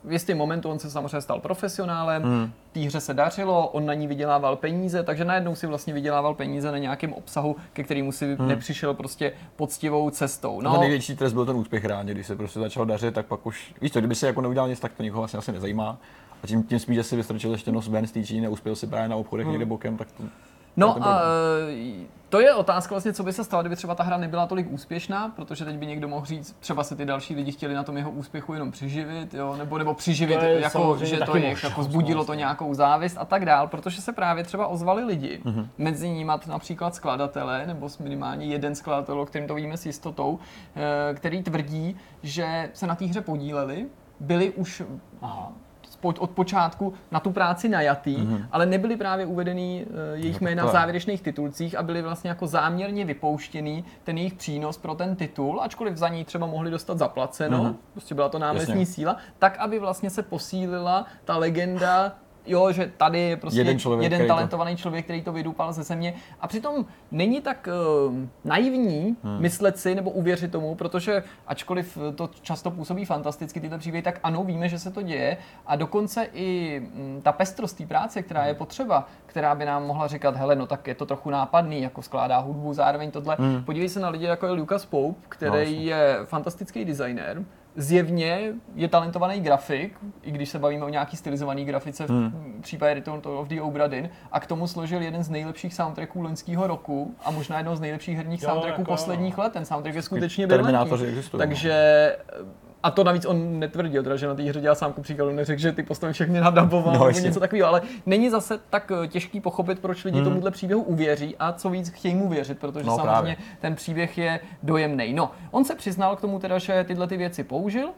v jistém momentu on se samozřejmě stal profesionálem, hmm. té hře se dařilo, on na ní vydělával peníze, takže najednou si vlastně vydělával peníze na nějakém obsahu, ke kterému si hmm. nepřišel prostě poctivou cestou. No, ten největší trest byl ten úspěch ráně, když se prostě začal dařit, tak pak už, víš co, kdyby se jako neudělal nic, tak to nikoho vlastně asi nezajímá. A tím, tím spíš, že si vystrčil ještě nos ven z té Číny a uspěl si právě na obchodech hmm. někde bokem, tak to... No a to je otázka vlastně, co by se stalo, kdyby třeba ta hra nebyla tolik úspěšná, protože teď by někdo mohl říct, třeba se ty další lidi chtěli na tom jeho úspěchu jenom přiživit, jo, nebo, nebo přiživit, jako, že to je, jako vzbudilo to nějakou závist a tak dál, protože se právě třeba ozvali lidi, mm-hmm. mezi nimi například skladatelé, nebo minimálně jeden skladatel, o kterým to víme s jistotou, který tvrdí, že se na té hře podíleli, byli už... Aha. od počátku na tu práci najatý, mm-hmm. ale nebyly právě uvedený uh, jejich jména v závěrečných titulcích a byly vlastně jako záměrně vypouštěný ten jejich přínos pro ten titul, ačkoliv za ní třeba mohli dostat zaplaceno, mm-hmm. prostě byla to námestní síla, tak aby vlastně se posílila ta legenda, jo, že tady je prostě jeden, člověk, jeden talentovaný to... člověk, který to vydupal ze země. A přitom není tak uh, naivní hmm. myslet si nebo uvěřit tomu, protože ačkoliv to často působí fantasticky tyto příběhy, tak ano, víme, že se to děje. A dokonce i m, ta pestrost té práce, která je potřeba, která by nám mohla říkat, hele, no tak je to trochu nápadný, jako skládá hudbu, zároveň tohle. Hmm. Podívej se na lidi, jako je Lucas Pope, který no, je fantastický designér. Zjevně je talentovaný grafik, i když se bavíme o nějaký stylizovaný grafice v hmm. případě Return of the Obra Dinn, a k tomu složil jeden z nejlepších soundtracků loňského roku a možná jednou z nejlepších herních jo, soundtracků jako posledních jo. let. Ten soundtrack je skutečně brilantní. Takže a to navíc on netvrdil, teda, že na té hře dělal sám, ku příkladu neřekl, že ty postavy všechny nadaboval no, nebo něco takového, ale není zase tak těžký pochopit, proč lidi hmm. tomuhle příběhu uvěří a co víc chtějí mu věřit, protože no, samozřejmě právě. ten příběh je dojemný. No, on se přiznal k tomu teda, že tyhle ty věci použil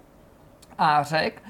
a řekl,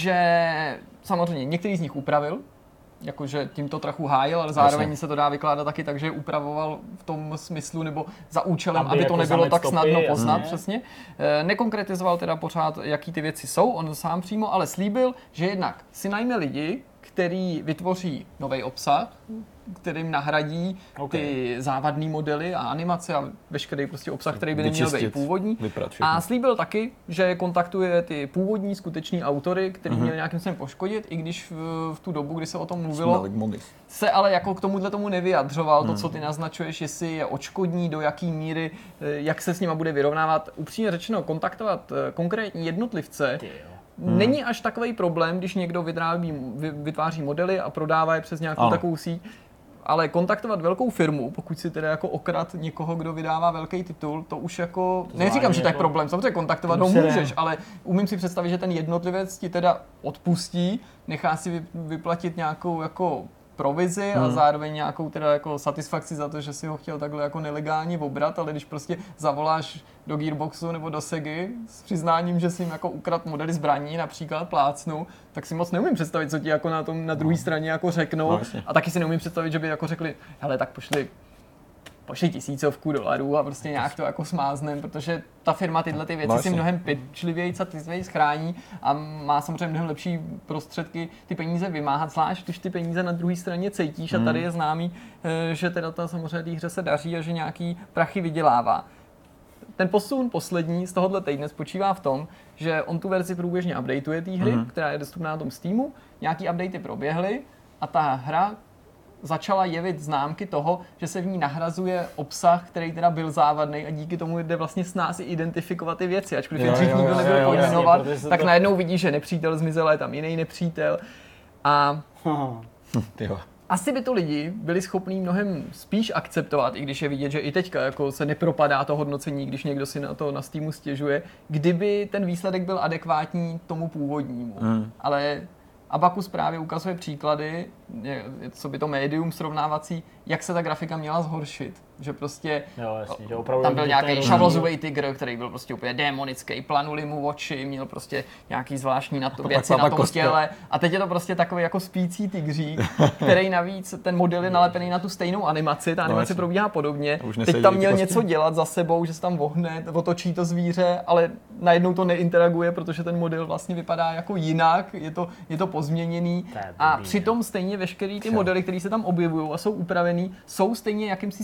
že samozřejmě některý z nich upravil, jakože tím to trochu hájil, ale zároveň Jasně. se to dá vykládat taky tak, že upravoval v tom smyslu nebo za účelem, aby, aby to jako nebylo tak snadno poznat, jasně. přesně. E, nekonkretizoval teda pořád, jaký ty věci jsou, on sám přímo, ale slíbil, že jednak si najme lidi, který vytvoří nový obsah, kterým nahradí okay. ty závadné modely a animace a veškerý prostě obsah, který by neměl být původní. A slíbil taky, že kontaktuje ty původní skutečný autory, který mm-hmm. měli nějakým způsobem poškodit, i když v, v tu dobu, kdy se o tom mluvilo, se ale jako k tomuhle tomu nevyjadřoval, mm. to, co ty naznačuješ, jestli je odškodní, do jaký míry, jak se s nima bude vyrovnávat. Upřímně řečeno, kontaktovat konkrétní jednotlivce Hmm. není až takový problém, když někdo vytváří, vytváří modely a prodává je přes nějakou ano. takovou síť, ale kontaktovat velkou firmu, pokud si teda jako okrad někoho, kdo vydává velký titul, to už jako, to neříkám, že to je jako problém, samozřejmě kontaktovat ho můžeš, ale umím si představit, že ten jednotlivec ti teda odpustí, nechá si vyplatit nějakou jako provizi hmm. a zároveň nějakou teda jako satisfakci za to, že si ho chtěl takhle jako nelegálně obrat, ale když prostě zavoláš do Gearboxu nebo do Segy s přiznáním, že si jim jako ukrad modely zbraní, například plácnu, tak si moc neumím představit, co ti jako na tom na druhé no. straně jako řeknou. No, a taky si neumím představit, že by jako řekli, hele, tak pošli pošli tisícovku dolarů a prostě nějak to jako smáznem, protože ta firma tyhle ty věci no, si mnohem pečlivěji a ty schrání a má samozřejmě mnohem lepší prostředky ty peníze vymáhat, zvlášť když ty peníze na druhé straně cítíš hmm. a tady je známý, že teda ta samozřejmě té hře se daří a že nějaký prachy vydělává. Ten posun poslední z tohohle týdne spočívá v tom, že on tu verzi průběžně updateuje té hry, mm-hmm. která je dostupná na tom Steamu, nějaký updaty proběhly a ta hra začala jevit známky toho, že se v ní nahrazuje obsah, který teda byl závadný a díky tomu jde vlastně s nás i identifikovat ty věci, ačkoliv je dřív nikdo nebyl pojmenovat, tak to... najednou vidíš, že nepřítel zmizel, je tam jiný nepřítel a... Asi by to lidi byli schopní mnohem spíš akceptovat, i když je vidět, že i teďka jako se nepropadá to hodnocení, když někdo si na to na Steamu stěžuje, kdyby ten výsledek byl adekvátní tomu původnímu. Hmm. Ale Abacus právě ukazuje příklady, co by to médium srovnávací, jak se ta grafika měla zhoršit. Že prostě jo, jasně, že tam byl nějaký šavlozový tygr, který byl prostě úplně démonický, planuli mu oči, měl prostě nějaký zvláštní na to, věci na tom těle. A teď je to prostě takový jako spící tygřík, který navíc, ten model je nalepený na tu stejnou animaci, ta animace no, probíhá podobně. Teď tam měl něco dělat za sebou, že se tam vohne, otočí to zvíře, ale najednou to neinteraguje, protože ten model vlastně vypadá jako jinak, je to, je to pozměněný. A přitom stejně veškerý ty modely, které se tam objevují a jsou upravený, jsou stejně jakýmsi stínem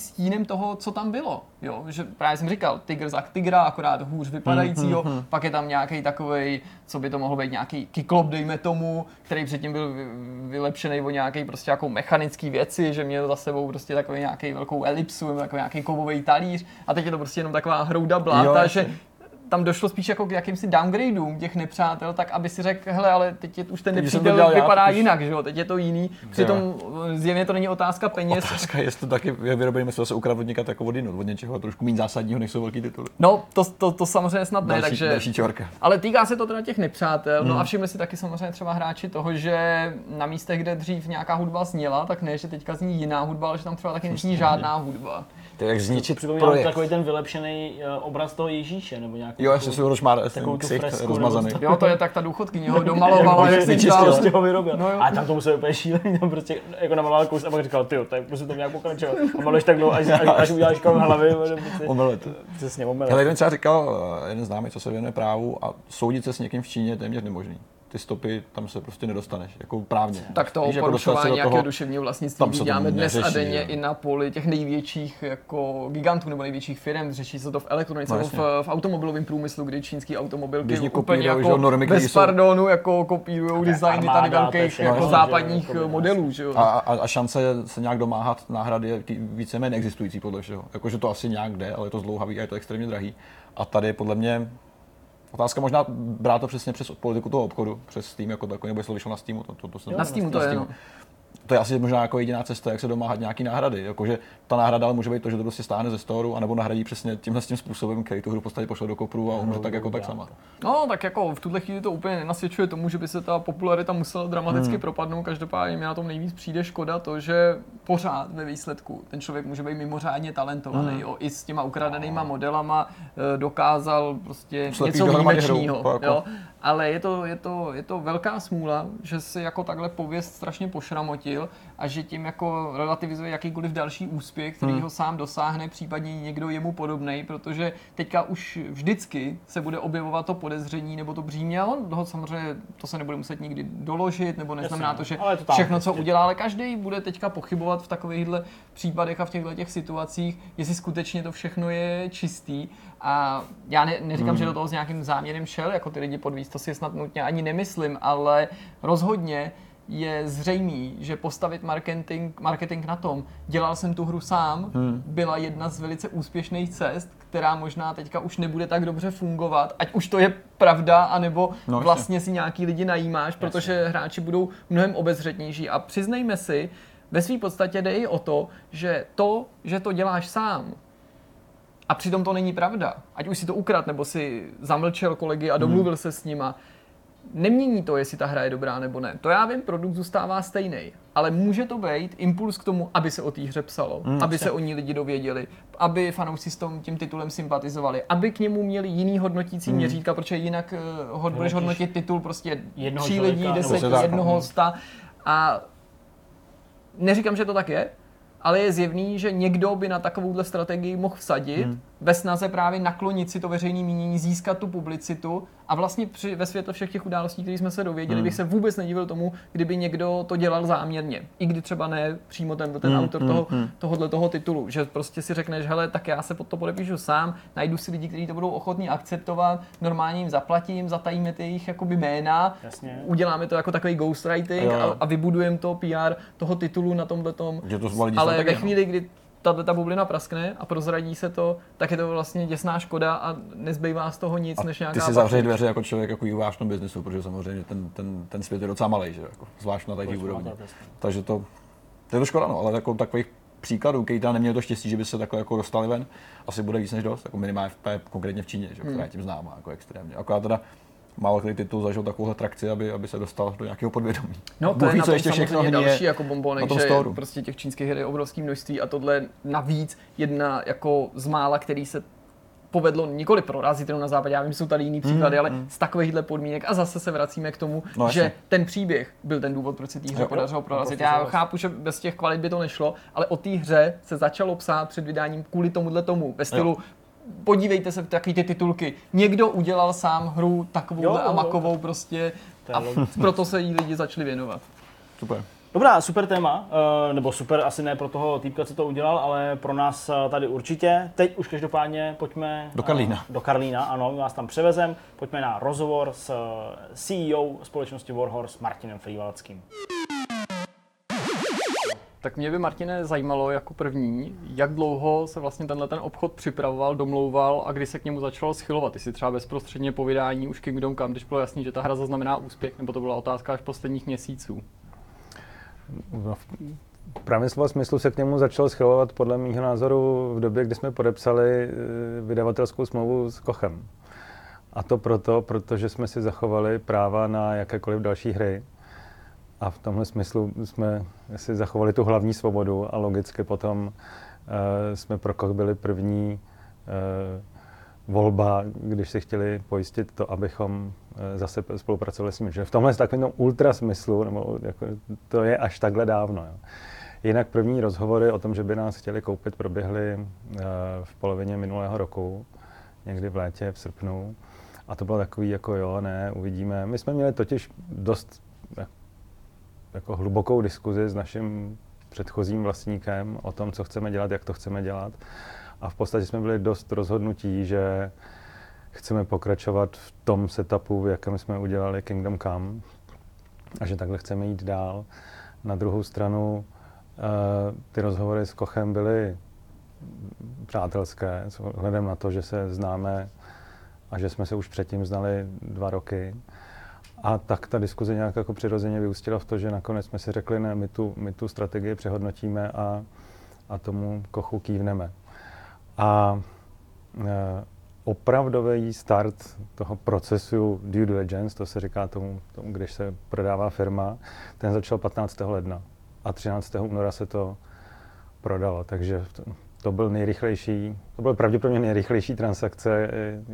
během toho, co tam bylo. Jo? Že právě jsem říkal, tygr za tygra, akorát hůř vypadajícího, mm, mm, mm. pak je tam nějaký takovej, co by to mohlo být, nějaký kyklop, dejme tomu, který předtím byl vylepšený o nějaký prostě jako mechanický věci, že měl za sebou prostě takový nějaký velkou elipsu, nebo takový nějaký kovový talíř a teď je to prostě jenom taková hrouda bláta, jo, že tam došlo spíš jako k jakýmsi downgradeům těch nepřátel, tak aby si řekl, hele, ale teď je, už ten nepřítel vypadá já, jinak, že jo, teď je to jiný. Přitom zjevně to není otázka peněz. Otázka je, jestli to taky vyrobený myslel se ukradl od někat jako od jinut, od něčeho trošku méně zásadního, než jsou velký tituly. No, to, to, to samozřejmě snad ne, další, takže... Další čorka. Ale týká se to teda těch nepřátel, hmm. no a všimli si taky samozřejmě třeba hráči toho, že na místech, kde dřív nějaká hudba zněla, tak ne, že teďka zní jiná hudba, ale že tam třeba taky nezní žádná hudba. To je jak zničit projekt. Takový ten vylepšený uh, obraz toho Ježíše, nebo nějakou... Jo, jestli jsou rozmár, ten ksicht rozmazaný. Jo, to je tak ta důchodkyně ho domalovala, jak si říkal. Prostě ho vyrobil. No, a tam to musel úplně šílený, tam prostě jako namaloval kus a pak říkal, tyjo, tak musím to nějak pokračovat. A maluješ tak dlouho, až, až, až uděláš kolem hlavy. Omelet. Přesně, omelet. Ale jeden třeba říkal, jeden známý, co se věnuje právu, a soudit se s někým v Číně je téměř nemožný. Ty stopy tam se prostě nedostaneš, jako právně. Tak to Víš, porušování jako nějakého duševního vlastnictví děláme dnes neřeší, a denně jo. i na poli těch největších jako gigantů nebo největších firm. Řeší se to v elektronice, no, v, v automobilovém průmyslu, kdy čínský automobilky úplně jako normy, bez jsou... pardonu jako kopírujou designy tady velkých jako no, západních že, modelů. Že jo? A, a, a šance se nějak domáhat náhrady je víceméně neexistující podle všeho. Jakože to asi nějak jde, ale je to zdlouhavý a je to extrémně drahý. A tady podle mě otázka možná brát to přesně přes politiku toho obchodu, přes Steam jako takový, nebo jestli vyšlo na Steamu, to, to, to jo, na Steamu to je, no. To je asi možná jako jediná cesta, jak se domáhat nějaký náhrady. Jakože ta náhrada ale může být to, že to prostě stáhne ze storu, anebo nahradí přesně tímhle tím způsobem, který tu hru v podstatě pošle do kopru a umře tak jako tak sama. No, tak jako v tuhle chvíli to úplně nenasvědčuje tomu, že by se ta popularita musela dramaticky hmm. propadnout. Každopádně mi na tom nejvíc přijde škoda to, že pořád ve výsledku ten člověk může být mimořádně talentovaný. Hmm. Jo. I s těma ukradenýma modelama dokázal prostě Slepý něco výjimečného. Jako... Ale je to, je, to, je to velká smůla, že si jako takhle pověst strašně pošramotil a že tím jako relativizuje jakýkoliv další úspěch, který hmm. ho sám dosáhne, případně někdo jemu podobnej, protože teďka už vždycky se bude objevovat to podezření nebo to břímě a on toho samozřejmě to se nebude muset nikdy doložit, nebo neznamená Jasně, to, že to všechno, co udělá, ale každý bude teďka pochybovat v takovýchhle případech a v těchto těch situacích, jestli skutečně to všechno je čistý. A já ne, neříkám, hmm. že do toho s nějakým záměrem šel, jako ty lidi podvíc, to si snad nutně ani nemyslím, ale rozhodně je zřejmý, že postavit marketing, marketing na tom, dělal jsem tu hru sám, hmm. byla jedna z velice úspěšných cest, která možná teďka už nebude tak dobře fungovat, ať už to je pravda, anebo no, vlastně si nějaký lidi najímáš, protože jasně. hráči budou mnohem obezřetnější. A přiznejme si, ve své podstatě jde i o to, že to, že to děláš sám, a přitom to není pravda. Ať už si to ukradl, nebo si zamlčel kolegy a domluvil hmm. se s nima. Nemění to, jestli ta hra je dobrá nebo ne. To já vím, produkt zůstává stejný. Ale může to být impuls k tomu, aby se o té hře psalo, hmm, aby se o ní lidi dověděli, aby fanoušci s tím titulem sympatizovali, aby k němu měli jiný hodnotící hmm. měřítka, protože jinak uh, hod, budeš hodnotit titul prostě tří lidí, deset, jednoho, sta. A neříkám, že to tak je, ale je zjevný, že někdo by na takovouhle strategii mohl vsadit, hmm. ve snaze právě naklonit si to veřejné mínění, získat tu publicitu a vlastně při, ve světle všech těch událostí, které jsme se dověděli, hmm. bych se vůbec nedivil tomu, kdyby někdo to dělal záměrně. I kdy třeba ne přímo ten, ten hmm. autor toho, hmm. tohohle toho titulu, že prostě si řekneš, hele, tak já se pod to podepíšu sám, najdu si lidi, kteří to budou ochotní akceptovat, normálně jim zaplatím, zatajíme ty jejich jakoby jména, jasně. uděláme to jako takový ghostwriting a, a vybudujeme to P R toho titulu na tomhletom. Ale ve chvíli, kdy tato bublina praskne a prozradí se to, tak je to vlastně děsná škoda a nezbývá z toho nic, a než nějaká... Ty si zavřeš dveře jako člověk, jako uváš v tom biznesu, protože samozřejmě ten, ten, ten svět je docela malej, že jako, zvlášť na těch úrovni. Takže to, to je to škoda, no, ale jako takových příkladů, který tam neměli to štěstí, že by se takhle jako dostali ven, asi bude víc než dost, jako minimálně v P, konkrétně v Číně, že, která je tím známá jako extrémně. Akorát teda málo který titul zažil takovouhle trakci, aby, aby se dostal do nějakého podvědomí. No to je na tom ještě samozřejmě další jako bombonek, že prostě těch čínských her je obrovské množství a tohle navíc jedna jako z mála, který se povedlo nikoli prorazit jenom na západě, já vím, že jsou tady jiný příklady, mm, ale mm. z takovýchhle podmínek a zase se vracíme k tomu, no, že ten příběh byl ten důvod, proč se té hře podařilo prorazit. Já chápu, že bez těch kvalit by to nešlo, ale o té hře se začalo psát před vydáním kvůli tomuhle tomu, ve stylu jo. Podívejte se v takový ty titulky. Někdo udělal sám hru takovouhle a makovou prostě a proto se jí lidi začali věnovat. Super. Dobrá, super téma, nebo super asi ne pro toho týpka, co to udělal, ale pro nás tady určitě. Teď už každopádně pojďme do Karlína. Do Karlína, ano, my vás tam převezem. Pojďme na rozhovor s C E O společnosti Warhorse Martinem Frývaldským. Tak mě by, Martine, zajímalo jako první, jak dlouho se vlastně tenhle ten obchod připravoval, domlouval a kdy se k němu začalo schylovat. Jestli třeba bezprostředně po vydání už Kingdom Come, když bylo jasný, že ta hra zaznamená úspěch, nebo to byla otázka až posledních měsíců? No, v pravém slova smyslu se k němu začalo schylovat podle mého názoru v době, kdy jsme podepsali vydavatelskou smlouvu s Kochem. A to proto, protože jsme si zachovali práva na jakékoliv další hry. A v tomhle smyslu jsme si zachovali tu hlavní svobodu a logicky potom uh, jsme pro Koch byli první uh, volba, když si chtěli pojistit to, abychom uh, zase spolupracovali s nimi. Že v tomhle takovém ultra smyslu, nebo jako, to je až takhle dávno. Jo. Jinak první rozhovory o tom, že by nás chtěli koupit, proběhly uh, v polovině minulého roku, někdy v létě, v srpnu. A to bylo takový jako jo, ne, uvidíme. My jsme měli totiž dost jako hlubokou diskuzi s naším předchozím vlastníkem o tom, co chceme dělat, jak to chceme dělat. A v podstatě jsme byli dost rozhodnutí, že chceme pokračovat v tom setupu, v jakém jsme udělali Kingdom Come a že takhle chceme jít dál. Na druhou stranu ty rozhovory s Kochem byly přátelské, s ohledem na to, že se známe a že jsme se už předtím znali dva roky. A tak ta diskuze nějak jako přirozeně vyústila v to, že nakonec jsme si řekli, ne, my tu, my tu strategii přehodnotíme a, a tomu Kochu kývneme. A e, opravdový start toho procesu due diligence, to se říká tomu, tomu, když se prodává firma, ten začal patnáctého ledna a třináctého února se to prodalo, takže to, to byl nejrychlejší, to byl pravděpodobně nejrychlejší transakce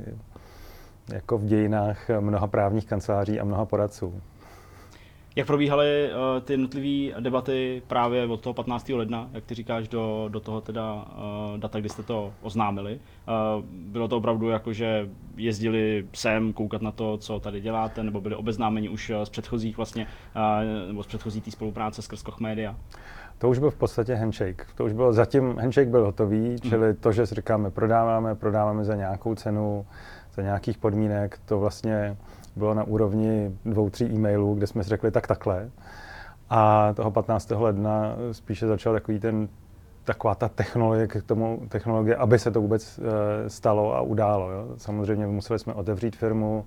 jako v dějinách mnoha právních kanceláří a mnoha poradců. Jak probíhaly uh, ty jednotlivé debaty právě od toho patnáctého ledna, jak ty říkáš, do, do toho teda uh, data, kdy jste to oznámili? Uh, bylo to opravdu jako, že jezdili sem koukat na to, co tady děláte, nebo byli obeznámeni už z předchozích vlastně, uh, nebo z předchozí té spolupráce skrz Koch Media? To už byl v podstatě handshake. To už bylo zatím, handshake byl hotový, čili mm. to, že si říkáme, prodáváme, prodáváme za nějakou cenu, za nějakých podmínek, to vlastně bylo na úrovni dvou, tří e-mailů, kde jsme si řekli tak takhle. A toho patnáctého ledna spíše začal takový ten, taková ta technologie k tomu, technologie, aby se to vůbec uh, stalo a událo. Jo. Samozřejmě museli jsme otevřít firmu,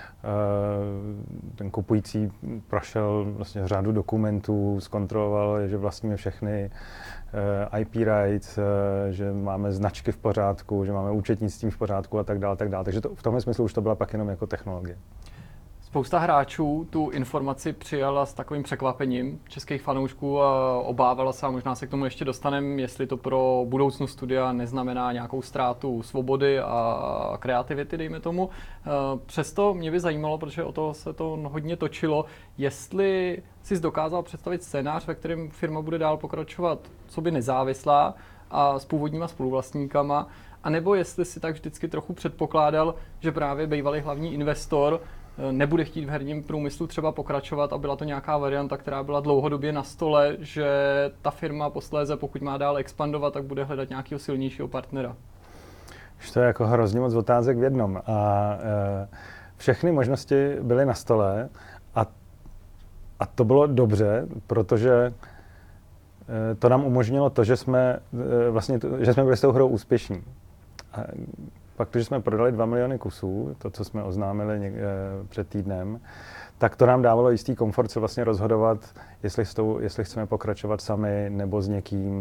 uh, ten kupující prošel vlastně řadu dokumentů, zkontroloval, že vlastníme všechny uh, I P rights, uh, že máme značky v pořádku, že máme účetnictví v pořádku a tak dále, tak dále. Takže to, v tomhle smyslu už to byla pak jenom jako technologie. Spousta hráčů tu informaci přijala s takovým překvapením českých fanoušků a obávala se, a možná se k tomu ještě dostaneme, jestli to pro budoucnost studia neznamená nějakou ztrátu svobody a kreativity, dejme tomu. Přesto mě by zajímalo, protože o to se to hodně točilo, jestli jsi dokázal představit scénář, ve kterém firma bude dál pokračovat coby nezávislá a s původníma spoluvlastníkama, anebo jestli si tak vždycky trochu předpokládal, že právě bývalý hlavní investor nebude chtít v herním průmyslu třeba pokračovat a byla to nějaká varianta, která byla dlouhodobě na stole, že ta firma posléze, pokud má dál expandovat, tak bude hledat nějakého silnějšího partnera. Už to je jako hrozně moc otázek v jednom. A e, všechny možnosti byly na stole a, a to bylo dobře, protože e, to nám umožnilo to, že jsme, e, vlastně to, že jsme byli s tou hrou úspěšní. A, Pak, když jsme prodali dva miliony kusů, to, co jsme oznámili něk- před týdnem, tak to nám dávalo jistý komfort se vlastně rozhodovat, jestli, s tou, jestli chceme pokračovat sami nebo s někým,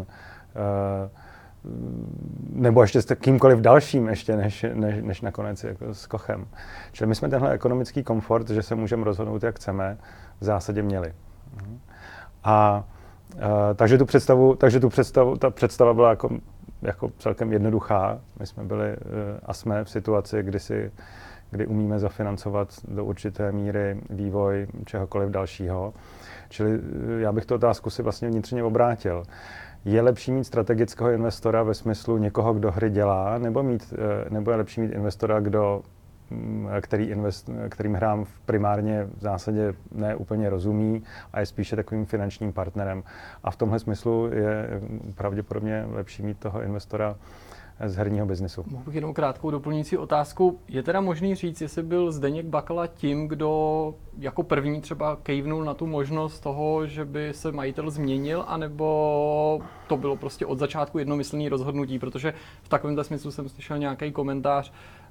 nebo ještě s kýmkoliv dalším, ještě než, než, než nakonec jako s Kochem. Čili my jsme tenhle ekonomický komfort, že se můžeme rozhodnout, jak chceme, v zásadě měli. A, a takže tu představu, takže tu představu, ta představa byla jako jako celkem jednoduchá. My jsme byli a jsme v situaci, kdy, si, kdy umíme zafinancovat do určité míry vývoj čehokoliv dalšího. Čili já bych tu otázku si vlastně vnitřně obrátil. Je lepší mít strategického investora ve smyslu někoho, kdo hry dělá, nebo, mít, nebo je lepší mít investora, kdo který invest, kterým hrám primárně v zásadě ne úplně rozumí a je spíše takovým finančním partnerem. A v tomhle smyslu je pravděpodobně lepší mít toho investora z herního biznesu. Mohu bych jenom krátkou doplňující otázku. Je teda možný říct, jestli byl Zdeněk Bakala tím, kdo jako první třeba kejvnul na tu možnost toho, že by se majitel změnil, anebo to bylo prostě od začátku jednomyslný rozhodnutí, protože v takovémhle smyslu jsem slyšel nějaký komentář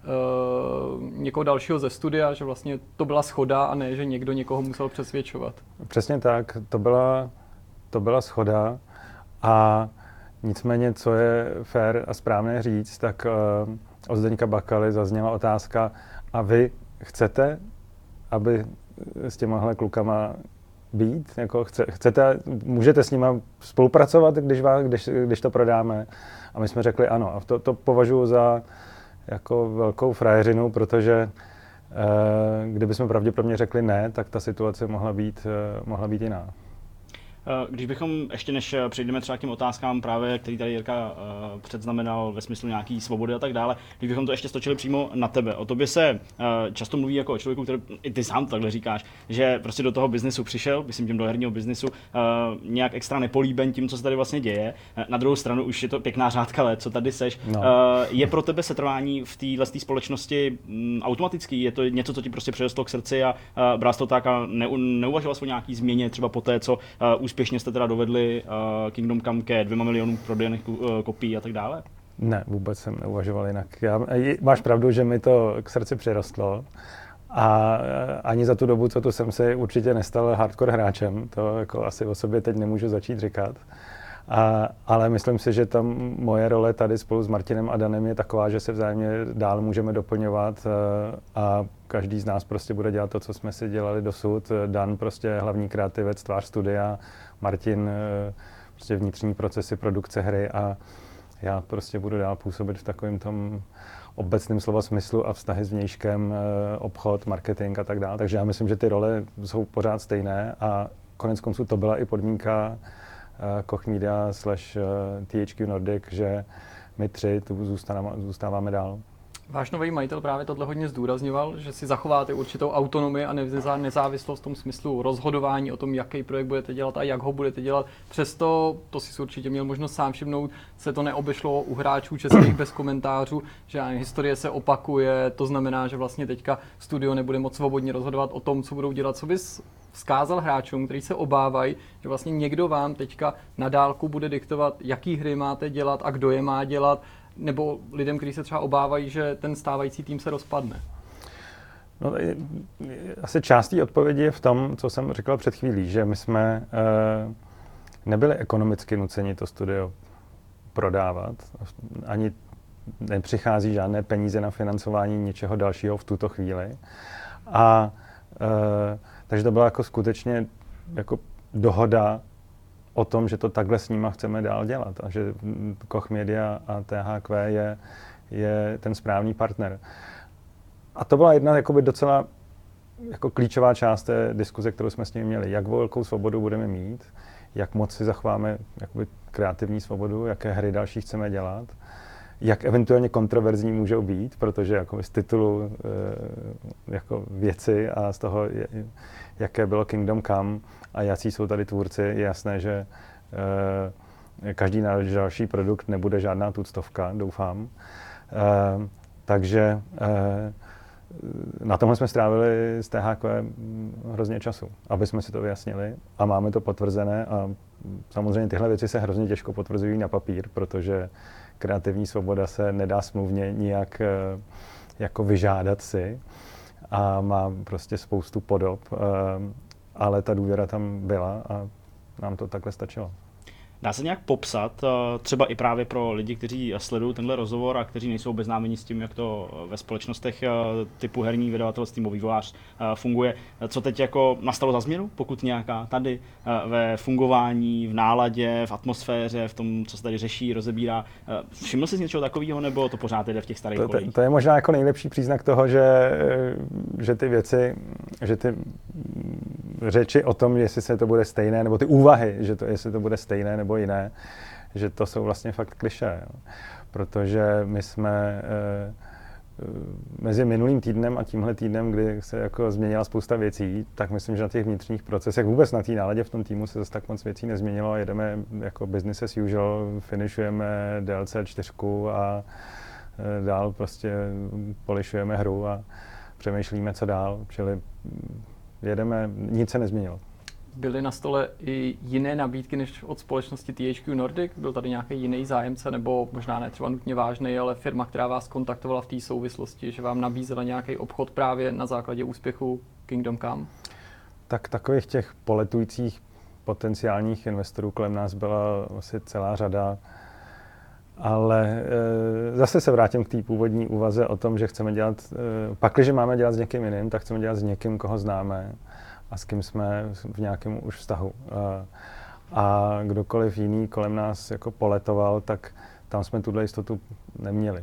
uh, někoho dalšího ze studia, že vlastně to byla shoda a ne, že někdo někoho musel přesvědčovat. Přesně tak, to byla, to byla shoda a nicméně, co je fér a správné říct, tak uh, od Zdeňka Bakaly zazněla otázka, a vy chcete, aby s těmahle klukama být? Jako chce, chcete, můžete s nima spolupracovat, když, vás, když, když to prodáme? A my jsme řekli ano. A to, to považuji za jako velkou frajeřinu, protože uh, kdybychom pravděpodobně řekli ne, tak ta situace mohla být, uh, mohla být jiná. Když bychom ještě než přejdeme třeba k těm otázkám právě, který tady Jirka uh, předznamenal ve smyslu nějaký svobody a tak dále, když bychom to ještě stočili přímo na tebe. O tobě se uh, často mluví jako o člověku, který i ty sám to takhle říkáš, že prostě do toho biznesu přišel, myslím tím do herního biznesu, uh, nějak extra nepolíben tím, co se tady vlastně děje. Uh, na druhou stranu už je to pěkná řádka let, co tady seš. No. Uh, je pro tebe setrvání v téhle společnosti um, automatický? Je to něco, co ti prostě přirostlo k srdci a uh, bral to tak a ne, neuvažoval jsi o nějaký změně třeba po té, co uh, úspěšně jste teda dovedli uh, Kingdom Come ke dvěma milionům prodaných uh, kopií a tak dále? Ne, vůbec jsem neuvažoval jinak. Já, máš pravdu, že mi to k srdci přirostlo a ani za tu dobu, co tu jsem si určitě nestal hardcore hráčem, to jako asi o sobě teď nemůžu začít říkat. A, ale myslím si, že tam moje role tady spolu s Martinem a Danem je taková, že se vzájemně dál můžeme doplňovat a každý z nás prostě bude dělat to, co jsme si dělali dosud. Dan prostě hlavní kreativec, tvář studia, Martin prostě vnitřní procesy produkce hry a já prostě budu dál působit v takovém tom obecném slova smyslu a vztahy s vnějškem, obchod, marketing a tak dále. Takže já myslím, že ty role jsou pořád stejné a konec konců to byla i podmínka Koch Media slash T H Q Nordic, že my tři tu zůstáváme, zůstáváme dál. Váš nový majitel právě tohle hodně zdůrazňoval, že si zachováte určitou autonomii a nezávislost v tom smyslu rozhodování o tom, jaký projekt budete dělat a jak ho budete dělat. Přesto, to si určitě měl možnost sám všimnout, se to neobešlo u hráčů českých bez komentářů, že historie se opakuje, to znamená, že vlastně teďka studio nebude moc svobodně rozhodovat o tom, co budou dělat. Co bys vzkázal hráčům, kteří se obávají, že vlastně někdo vám teďka na dálku bude diktovat, jaký hry máte dělat a kdo je má dělat, nebo lidem, kteří se třeba obávají, že ten stávající tým se rozpadne? No, asi část té odpovědi je v tom, co jsem říkal před chvílí, že my jsme e, nebyli ekonomicky nuceni to studio prodávat. Ani nepřichází žádné peníze na financování něčeho dalšího v tuto chvíli. A e, takže to byla jako skutečně jako dohoda o tom, že to takhle s nima chceme dál dělat a že Koch Media a T H Q je, je ten správný partner. A to byla jedna jakoby docela jako klíčová část té diskuze, kterou jsme s nimi měli. Jak velkou svobodu budeme mít, jak moc si zachováme jakoby kreativní svobodu, jaké hry další chceme dělat, jak eventuálně kontroverzní můžou být, protože jako z titulu jako věci a z toho, jaké bylo Kingdom Come a jací jsou tady tvůrci, je jasné, že každý další produkt nebude žádná tuctovka, doufám. Takže na tomhle jsme strávili z T H Q hrozně času, aby jsme si to vyjasnili a máme to potvrzené a samozřejmě tyhle věci se hrozně těžko potvrzují na papír, protože kreativní svoboda se nedá smluvně nijak jako vyžádat si a má prostě spoustu podob, ale ta důvěra tam byla a nám to takhle stačilo. Dá se nějak popsat, třeba i právě pro lidi, kteří sledují tenhle rozhovor a kteří nejsou obeznámeni s tím, jak to ve společnostech typu herní vydavatelství nebo vývojář funguje, co teď jako nastalo za změnu, pokud nějaká tady ve fungování, v náladě, v atmosféře, v tom, co se tady řeší, rozebírá. Všiml jsi z něčeho takového, nebo to pořád jde v těch starých to, kolejích? To je možná jako nejlepší příznak toho, že, že ty věci, že ty řeči o tom, jestli se to bude stejné, nebo ty úvahy, že to, jestli to bude stejné nebo jiné, že to jsou vlastně fakt klišé. Jo. Protože my jsme, mezi minulým týdnem a tímhle týdnem, kdy se jako změnila spousta věcí, tak myslím, že na těch vnitřních procesech, vůbec na té náladě v tom týmu se zase tak moc věcí nezměnilo a jedeme jako business as usual, finišujeme D L C čtyři a dál prostě polišujeme hru a přemýšlíme, co dál, čili jedeme, nic se nezměnilo. Byly na stole i jiné nabídky než od společnosti T H Q Nordic? Byl tady nějaký jiný zájemce, nebo možná ne třeba nutně vážný, ale firma, která vás kontaktovala v té souvislosti, že vám nabízela nějaký obchod právě na základě úspěchu Kingdom Come? Tak takových těch poletujících potenciálních investorů kolem nás byla asi celá řada. Ale e, zase se vrátím k té původní úvaze o tom, že chceme dělat, e, pakliže máme dělat s někým jiným, tak chceme dělat s někým, koho známe a s kým jsme v nějakém už vztahu. E, a kdokoliv jiný kolem nás jako poletoval, tak tam jsme tuhle jistotu neměli.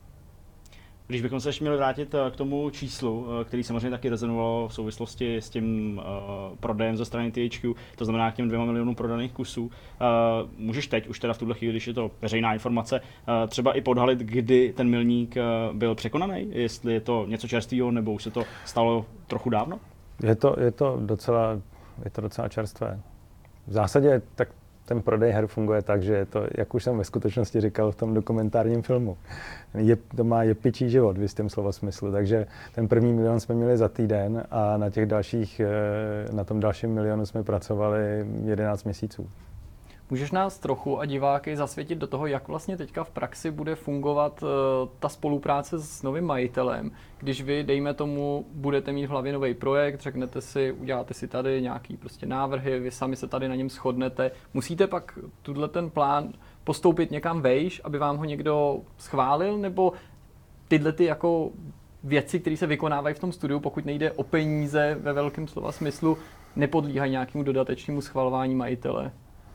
Když bychom se ještě měli vrátit k tomu číslu, který samozřejmě taky rezonovalo v souvislosti s tím uh, prodejem ze strany T H Q, to znamená k těm dvěma milionům prodaných kusů, uh, můžeš teď, už teda v tuhle chvíli, když je to veřejná informace, uh, třeba i podhalit, kdy ten milník uh, byl překonaný, jestli je to něco čerstvého, nebo už se to stalo trochu dávno? Je to, je to, docela, je to docela čerstvé. V zásadě tak ten prodej her funguje tak, že je to, jak už jsem ve skutečnosti říkal v tom dokumentárním filmu, je, to má jepičí život v jistém slova smyslu, takže ten první milion jsme měli za týden a na těch dalších, na tom dalším milionu jsme pracovali jedenáct měsíců. Můžeš nás trochu a diváky zasvětit do toho, jak vlastně teďka v praxi bude fungovat uh, ta spolupráce s novým majitelem, když vy, dejme tomu, budete mít v hlavě nový projekt, řeknete si, uděláte si tady nějaký prostě návrhy, vy sami se tady na něm shodnete, musíte pak tuhle ten plán postoupit někam vejš, aby vám ho někdo schválil, nebo tyhle ty jako věci, které se vykonávají v tom studiu, pokud nejde o peníze ve velkém slova smyslu, nepodlíhají nějakému dodatečnému schvalování majitele?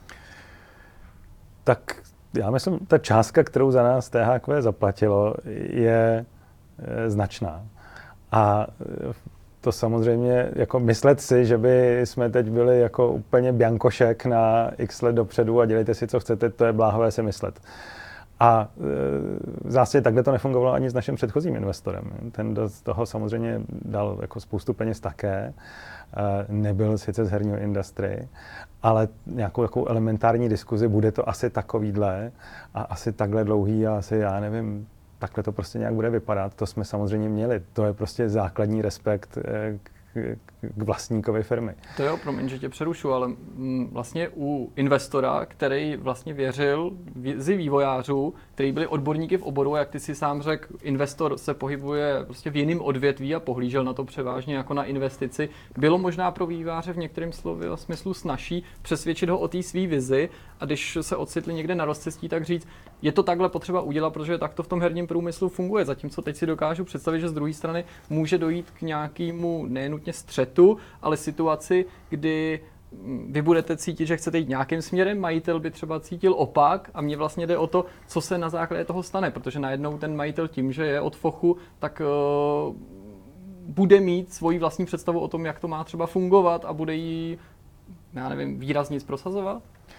Tak já myslím, ta částka, kterou za nás T H Q zaplatilo, je e, značná. A to samozřejmě, jako myslet si, že by jsme teď byli jako úplně biankošek na x let dopředu a dělejte si, co chcete, to je bláhové si myslet. A e, v zásadě takhle to nefungovalo ani s naším předchozím investorem. Ten do toho samozřejmě dal jako spoustu peněz také. E, nebyl sice z herního industry, ale nějakou takovou elementární diskuzi, bude to asi takovýhle a asi takhle dlouhý a asi, já nevím, takhle to prostě nějak bude vypadat. To jsme samozřejmě měli. To je prostě základní respekt k, k vlastníkovi firmy. To jo, promiň, že tě přerušu, ale vlastně u investora, který vlastně věřil z vývojářů, který byli odborníky v oboru, jak ty si sám řekl, investor se pohybuje prostě v jiném odvětví a pohlížel na to převážně jako na investici. Bylo možná pro vývojáře v některém slově smyslu snazší přesvědčit ho o té svý vizi a když se ocitli někde na rozcestí, tak říct, je to takhle potřeba udělat, protože tak to v tom herním průmyslu funguje. Zatímco teď si dokážu představit, že z druhé strany může dojít k nějakému nenutně střetu, ale situaci, kdy vy budete cítit, že chcete jít nějakým směrem, majitel by třeba cítil opak a mně vlastně jde o to, co se na základě toho stane, protože najednou ten majitel tím, že je od fochu, tak uh, bude mít svoji vlastní představu o tom, jak to má třeba fungovat a bude ji, já nevím, výrazně prosazovat?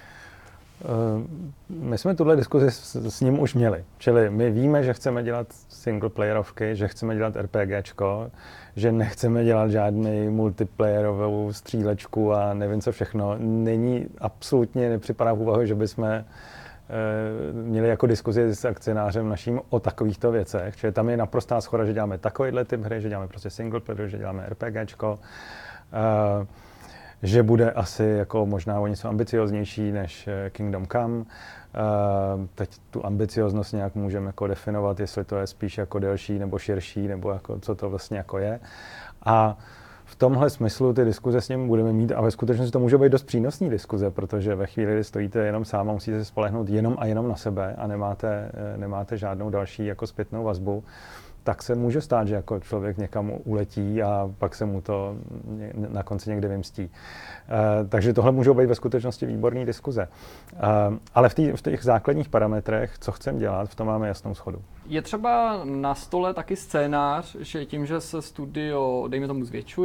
My jsme tuhle diskuzi s, s ním už měli. Čili my víme, že chceme dělat singleplayerovky, že chceme dělat RPGčko, že nechceme dělat žádný multiplayerovou střílečku a nevím co všechno. Není absolutně, nepřipadá v úvahu, že bychom e, měli jako diskuzi s akcionářem naším o takovýchto věcech. Čili tam je naprostá shoda, že děláme takovýhle typ hry, že děláme prostě singleplayer, že děláme RPGčko. E, že bude asi jako možná o něco ambicioznější než Kingdom Come. Uh, teď tu ambicioznost nějak můžeme jako definovat, jestli to je spíš jako delší nebo širší, nebo jako co to vlastně jako je. A v tomhle smyslu ty diskuze s ním budeme mít a ve skutečnosti to může být dost přínosný diskuze, protože ve chvíli, kdy stojíte jenom sám a musíte se spolehnout jenom a jenom na sebe a nemáte, nemáte žádnou další jako zpětnou vazbu, tak se může stát, že jako člověk někam uletí a pak se mu to na konci někde vymstí. E, takže tohle můžou být ve skutečnosti výborné diskuze. E, ale v, tý, v těch základních parametrech, co chceme dělat, v tom máme jasnou shodu. Je třeba na stole taky scénář, že tím, že se studio, dejme tomu, zvětšuje,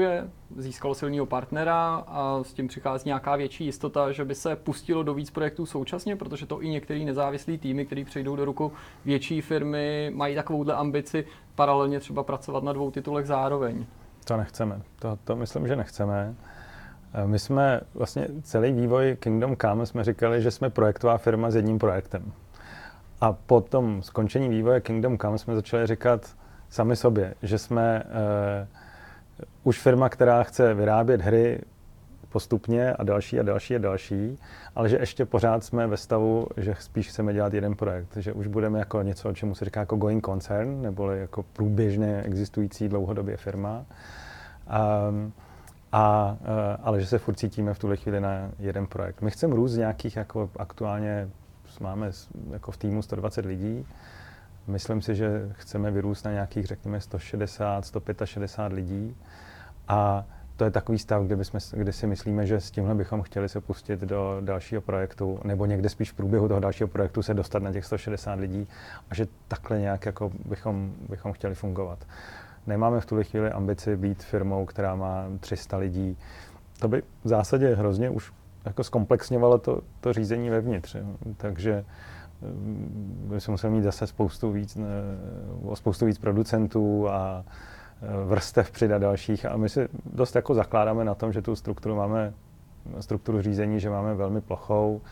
získalo silného partnera a s tím přichází nějaká větší jistota, že by se pustilo do víc projektů současně, protože to i některé nezávislé týmy, které přejdou do rukou větší firmy, mají takovouhle ambici paralelně třeba pracovat na dvou titulech zároveň. To nechceme. To, to myslím, že nechceme. My jsme vlastně celý vývoj Kingdom Come jsme říkali, že jsme projektová firma s jedním projektem. A po tom skončení vývoje Kingdom Come jsme začali říkat sami sobě, že jsme uh, už firma, která chce vyrábět hry postupně a další a další a další, ale že ještě pořád jsme ve stavu, že spíš chceme dělat jeden projekt, že už budeme jako něco, čemu se říká jako going concern, neboli jako průběžně existující dlouhodobě firma. Um, a, uh, ale že se furt cítíme v tuhle chvíli na jeden projekt. My chceme růst z nějakých, jako aktuálně máme jako v týmu sto dvacet lidí. Myslím si, že chceme vyrůst na nějakých, řekněme, sto šedesát, sto šedesát pět lidí. A to je takový stav, kde, bychom, kde si myslíme, že s tímhle bychom chtěli se pustit do dalšího projektu, nebo někde spíš v průběhu toho dalšího projektu se dostat na těch sto šedesát lidí a že takhle nějak jako bychom, bychom chtěli fungovat. Nemáme v tuhle chvíli ambici být firmou, která má tři sta lidí. To by v zásadě hrozně už jako zkomplexňovalo to, to řízení vevnitř. Takže bychom museli mít zase spoustu víc, o spoustu víc producentů a vrstev přidat dalších. A my si dost jako zakládáme na tom, že tu strukturu máme, strukturu řízení, že máme velmi plochou,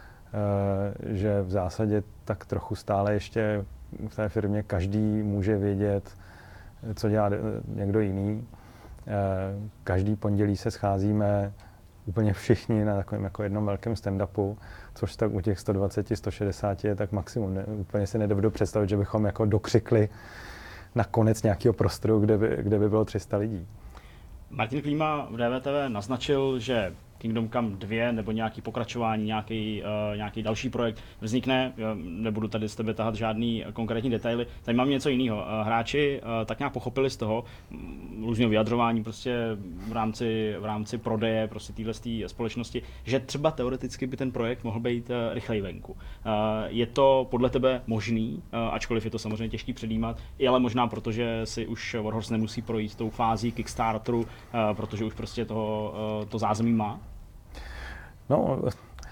že v zásadě tak trochu stále ještě v té firmě každý může vědět, co dělá někdo jiný. Každý pondělí se scházíme úplně všichni na takovém jako jednom velkém stand-upu, což tak u těch sto dvacet, sto šedesát je tak maximum. Ne, úplně si nedovedu představit, že bychom jako dokřikli na konec nějakého prostoru, kde by, kde by bylo tři sta lidí. Martin Klíma v D V T V naznačil, že Kingdom Come dva nebo nějaký pokračování, nějaký, uh, nějaký další projekt vznikne. Já nebudu tady z tebe tahat žádný konkrétní detaily. Tady mám něco jiného. Uh, hráči uh, tak nějak pochopili z toho um, různého vyjadřování prostě v rámci, v rámci prodeje prostě téhle společnosti, že třeba teoreticky by ten projekt mohl být uh, rychleji venku. Uh, je to podle tebe možný, uh, ačkoliv je to samozřejmě těžký předjímat, i ale možná proto, že si už Warhorse nemusí projít tou fází Kickstarteru, uh, protože už prostě toho, uh, to zázemí má? No,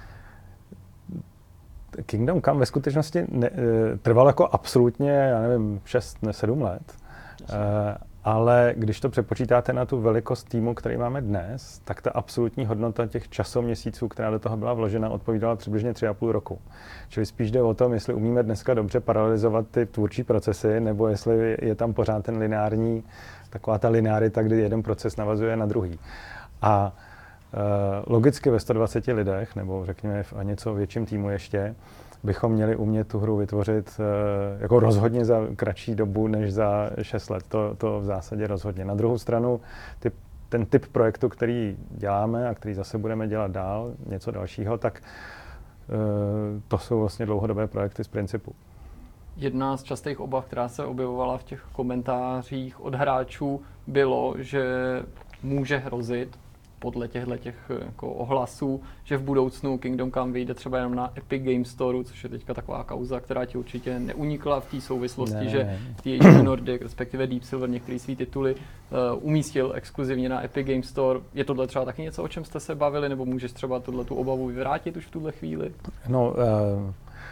Kingdom Come ve skutečnosti ne, trval jako absolutně, já nevím, šest, sedm let, uh, ale když to přepočítáte na tu velikost týmu, který máme dnes, tak ta absolutní hodnota těch časoměsíců, která do toho byla vložena, odpovídala přibližně tři a půl roku. Čili spíš jde o tom, jestli umíme dneska dobře paralelizovat ty tvůrčí procesy, nebo jestli je tam pořád ten lineární, taková ta linearita, kdy jeden proces navazuje na druhý. A Uh, logicky ve sto dvaceti lidech, nebo řekněme v něco větším týmu ještě, bychom měli umět tu hru vytvořit uh, jako rozhodně za kratší dobu než za šest let. To, to v zásadě rozhodně. Na druhou stranu, ty, ten typ projektu, který děláme a který zase budeme dělat dál, něco dalšího, tak uh, to jsou vlastně dlouhodobé projekty z principu. Jedna z častých obav, která se objevovala v těch komentářích od hráčů, bylo, že může hrozit podle těchto těch jako ohlasů, že v budoucnu Kingdom Come vyjde třeba jenom na Epic Games Store, což je teďka taková kauza, která ti určitě neunikla v té souvislosti, ne. Že T H Q Nordic, respektive Deep Silver, některé svý tituly uh, umístil exkluzivně na Epic Games Store. Je tohle třeba taky něco, o čem jste se bavili, nebo můžeš třeba tuhle tu obavu vyvrátit už v tuhle chvíli? No, uh,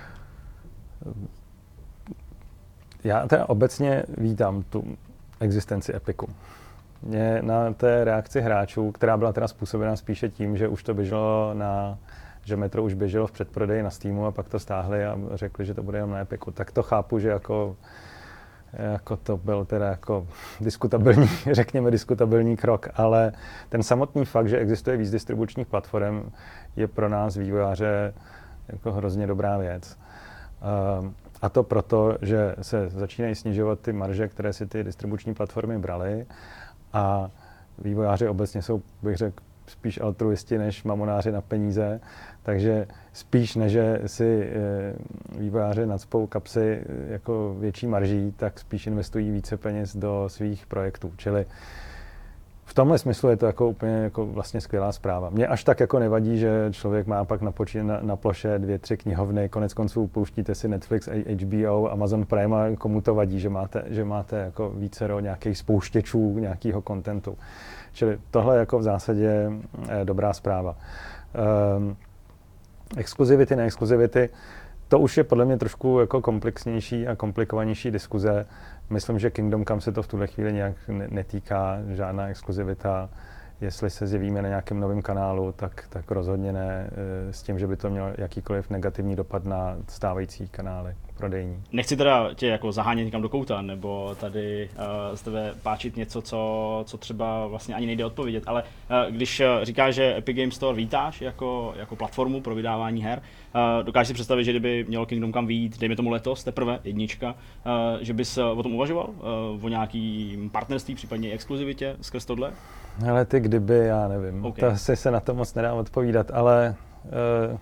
já teda obecně vítám tu existenci Epiku. Mě na té reakci hráčů, která byla teda způsobena spíše tím, že už to běželo na, že Metro už běželo v předprodeji na Steamu a pak to stáhli a řekli, že to bude jenom na Epiku, tak to chápu, že jako, jako to byl teda jako diskutabilní, řekněme diskutabilní krok, ale ten samotný fakt, že existuje víc distribučních platform, je pro nás vývojáře jako hrozně dobrá věc. A to proto, že se začínají snižovat ty marže, které si ty distribuční platformy braly, a vývojáři obecně jsou, bych řekl, spíš altruisti než mamonáři na peníze, takže spíš než že si vývojáři nacpou kapsy jako větší marží, tak spíš investují více peněz do svých projektů. Čili v tomhle smyslu je to jako úplně jako vlastně skvělá zpráva. Mně až tak jako nevadí, že člověk má pak na, poči, na, na ploše dvě, tři knihovny, konec konců pouštíte si Netflix, H B O, Amazon Prime a komu to vadí, že máte, že máte jako vícero nějakých spouštěčů nějakého kontentu. Čili tohle je jako v zásadě eh, dobrá zpráva. Um, exkluzivity, neexkluzivity, to už je podle mě trošku jako komplexnější a komplikovanější diskuze. Myslím, že Kingdom Come se to v tuhle chvíli nějak netýká, žádná exkluzivita. Jestli se zjevíme na nějakém novém kanálu, tak, tak rozhodně ne s tím, že by to mělo jakýkoliv negativní dopad na stávající kanály prodejní. Nechci teda tě jako zahánět někam do kouta, nebo tady uh, z tebe páčit něco, co, co třeba vlastně ani nejde odpovědět, ale uh, když uh, říkáš, že Epic Games Store vítáš jako, jako platformu pro vydávání her, uh, dokážeš si představit, že kdyby mělo Kingdom Come vyjít, dejme tomu letos, teprve jednička, uh, že bys o tom uvažoval? Uh, o nějakým partnerství, případně exkluzivitě skrz tohle? Ale ty kdyby, já nevím, okay. To asi se na to moc nedá odpovídat, ale uh,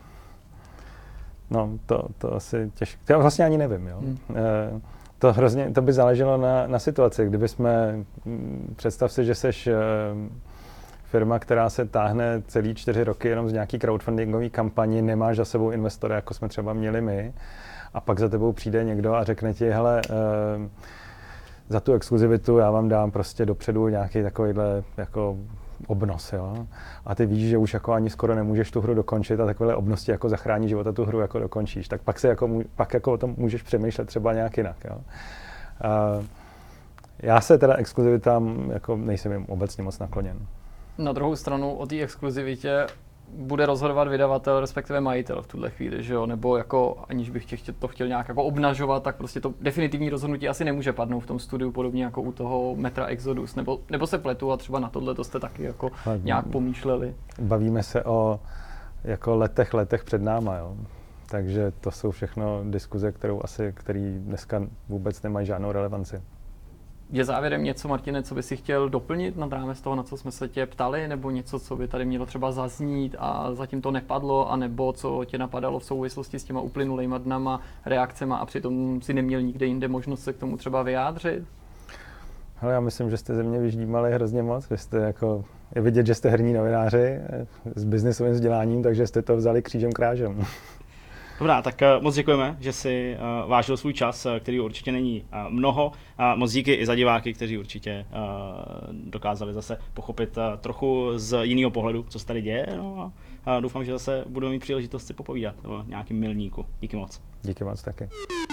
no, to, to asi těžké, já vlastně ani nevím, jo. Hmm. Uh, to hrozně, to by záleželo na, na situaci, kdyby jsme, představ si, že seš uh, firma, která se táhne celý čtyři roky jenom z nějaký crowdfundingové kampani, nemáš za sebou investora, jako jsme třeba měli my, a pak za tebou přijde někdo a řekne ti, hele, uh, za tu exkluzivitu já vám dám prostě dopředu nějaký takovýhle jako obnos, jo. A ty víš, že už jako ani skoro nemůžeš tu hru dokončit a takovéhle obnosti jako zachrání život a tu hru jako dokončíš. Tak pak se jako, pak jako o tom můžeš přemýšlet třeba nějak jinak, jo. A já se teda exkluzivitám jako nejsem jim obecně moc nakloněn. Na druhou stranu o té exkluzivitě bude rozhodovat vydavatel, respektive majitel v tuhle chvíli, že jo, nebo jako aniž bych tě to chtěl nějak jako obnažovat, tak prostě to definitivní rozhodnutí asi nemůže padnout v tom studiu, podobně jako u toho Metra Exodus, nebo, nebo se pletu a třeba na tohle to jste taky jako nějak pomýšleli. Bavíme se o jako letech, letech před náma, jo. Takže to jsou všechno diskuze, kterou asi, který dneska vůbec nemají žádnou relevanci. Je závěrem něco, Martine, co by si chtěl doplnit nad rámec toho, na co jsme se tě ptali, nebo něco, co by tady mělo třeba zaznít a zatím to nepadlo, anebo co tě napadalo v souvislosti s těma uplynulejma dnama, reakcema a přitom si neměl nikde jinde možnost se k tomu třeba vyjádřit? Hele, já myslím, že jste ze mě vyždímali hrozně moc, že jste jako, je vidět, že jste herní novináři s biznisovým vzděláním, takže jste to vzali křížem krážem. Dobrá, tak moc děkujeme, že jsi uh, vážil svůj čas, který určitě není uh, mnoho. Uh, moc díky i za diváky, kteří určitě uh, dokázali zase pochopit uh, trochu z jiného pohledu, co se tady děje. No a uh, doufám, že zase budeme mít příležitost si popovídat o nějakým milníku. Díky moc. Díky moc taky.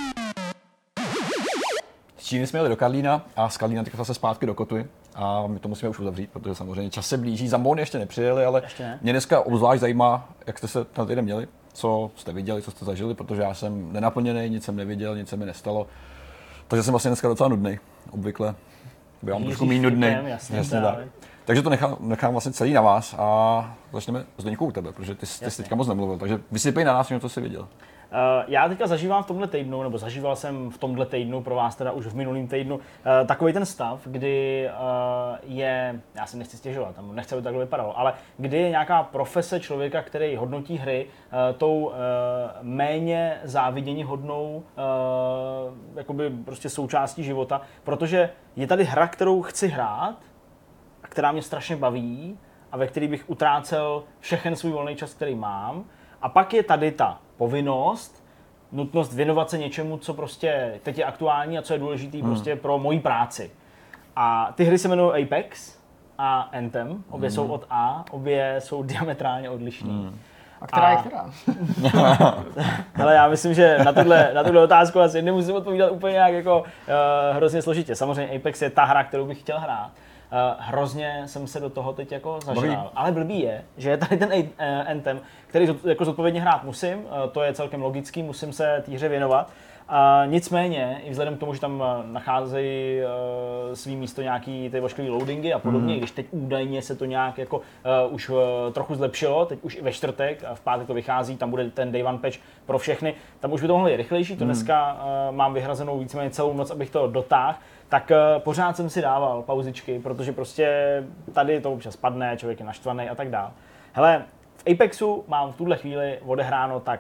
Z Číny jsme jeli do Karlína a z Karlína teďka zase zpátky do Kotvy a my to musíme už uzavřít, protože samozřejmě čas se blíží. Zambony ještě nepřijeli, ale ještě ne. Mě dneska obzvlášť zajímá, jak jste se na týden měli, co jste viděli, co jste zažili, protože já jsem nenaplněný, nic jsem neviděl, nic se mi nestalo. Takže jsem vlastně dneska docela nudný. Obvykle bývám trošku méně nudný. Jasně, jasně tak. Takže to nechám, nechám vlastně celý na vás a začneme s Doňkou u tebe, protože ty, ty jsi teďka moc nemluvil, takže vysypej na nás, co jsi viděl. Uh, já teďka zažívám v tomhle týdnu, nebo zažíval jsem v tomhle týdnu, pro vás teda už v minulém týdnu, uh, takový ten stav, kdy uh, je, já si nechci stěžovat, tam nechci, aby takhle vypadalo, ale kdy je nějaká profese člověka, který hodnotí hry uh, tou uh, méně závidění hodnou uh, jakoby prostě součástí života, protože je tady hra, kterou chci hrát a která mě strašně baví a ve který bych utrácel všechen svůj volný čas, který mám. A pak je tady ta povinnost, nutnost věnovat se něčemu, co prostě teď je aktuální a co je důležitý hmm. prostě pro moji práci. A ty hry se jmenují Apex a Anthem, obě hmm. jsou od A, obě jsou diametrálně odlišný. Hmm. A která a... je která? Hele, já myslím, že na tuhle, na tuhle otázku asi nemusím odpovídat úplně nějak jako uh, hrozně složitě. Samozřejmě Apex je ta hra, kterou bych chtěl hrát. Uh, hrozně jsem se do toho teď jako zažral. Ale blbý je, že je tady ten uh, Anthem, který zod, jako zodpovědně hrát musím, uh, to je celkem logický, musím se té hře věnovat. Uh, nicméně, i vzhledem k tomu, že tam nacházejí uh, svý místo nějaký ty ošklivý loadingy a podobně, mm. když teď údajně se to nějak jako uh, už uh, trochu zlepšilo, teď už i ve čtvrtek, a v pátek to vychází, tam bude ten day one patch pro všechny, tam už by to mohlo být rychlejší, to mm. dneska uh, mám vyhrazenou víceméně celou noc, abych to dotáhl, tak uh, pořád jsem si dával pauzičky, protože prostě tady to občas padne, člověk je naštvaný a tak dál. Hele, v Apexu mám v tuhle chvíli odehráno tak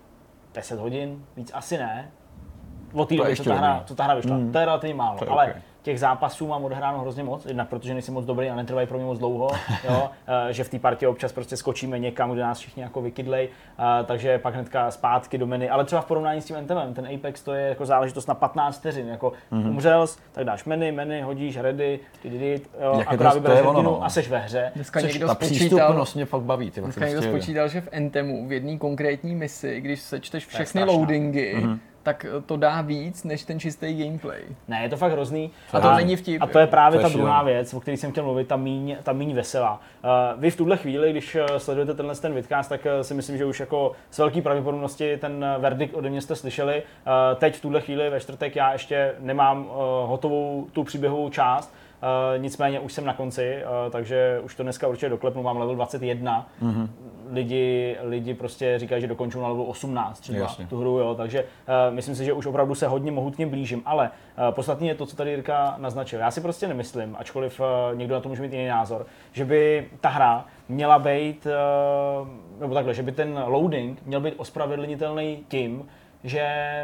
deset hodin, víc asi ne. Od té doby, co ta hra, co ta hra vyšla. Mm. To je relativně málo, ale okay. těch zápasů mám odehráno hrozně moc, jednak protože nejsem moc dobrý a netrvají pro mě moc dlouho, jo, že v té partě občas prostě skočíme někam, kde nás všichni jako vykydlej, takže pak hnedka zpátky do menu, ale třeba v porovnání s tím Anthemem, ten Apex to je jako záležitost na patnáct vteřin, jako mm-hmm. umřel, tak dáš menu, menu, hodíš ready, dididit, jo, akorát vybereš hrdinu a seš ve hře. Dneska Což někdo ta spočítal, přístupnost mě fakt baví. Ty dneska někdo spočítal, že v Anthemu v jedné konkrétní misi, když sečteš všechny strašná. loadingy, Mhm. tak to dá víc než ten čistý gameplay. Ne, je to fakt hrozný. A to není vtip. A to je právě To je ta druhá šílený. věc, o které jsem chtěl mluvit, ta míň, ta míň veselá. Uh, vy v tuhle chvíli, když uh, sledujete tenhle ten vidcast, tak uh, si myslím, že už jako s velký pravděpodobností ten verdikt ode mě jste slyšeli. Uh, teď v tuhle chvíli ve čtvrtek já ještě nemám uh, hotovou tu příběhovou část. Uh, nicméně už jsem na konci, uh, takže už to dneska určitě doklepnu, mám level dvacet jedna. Mm-hmm. Lidi, lidi prostě říkají, že dokončují na level osmnáct třeba Jasně. tu hru, jo, takže uh, myslím si, že už opravdu se hodně mohutně blížím, ale uh, podstatně je to, co tady Jirka naznačil. Já si prostě nemyslím, ačkoliv uh, někdo na to může mít jiný názor, že by ta hra měla být, uh, nebo takhle, že by ten loading měl být ospravedlnitelný tím, že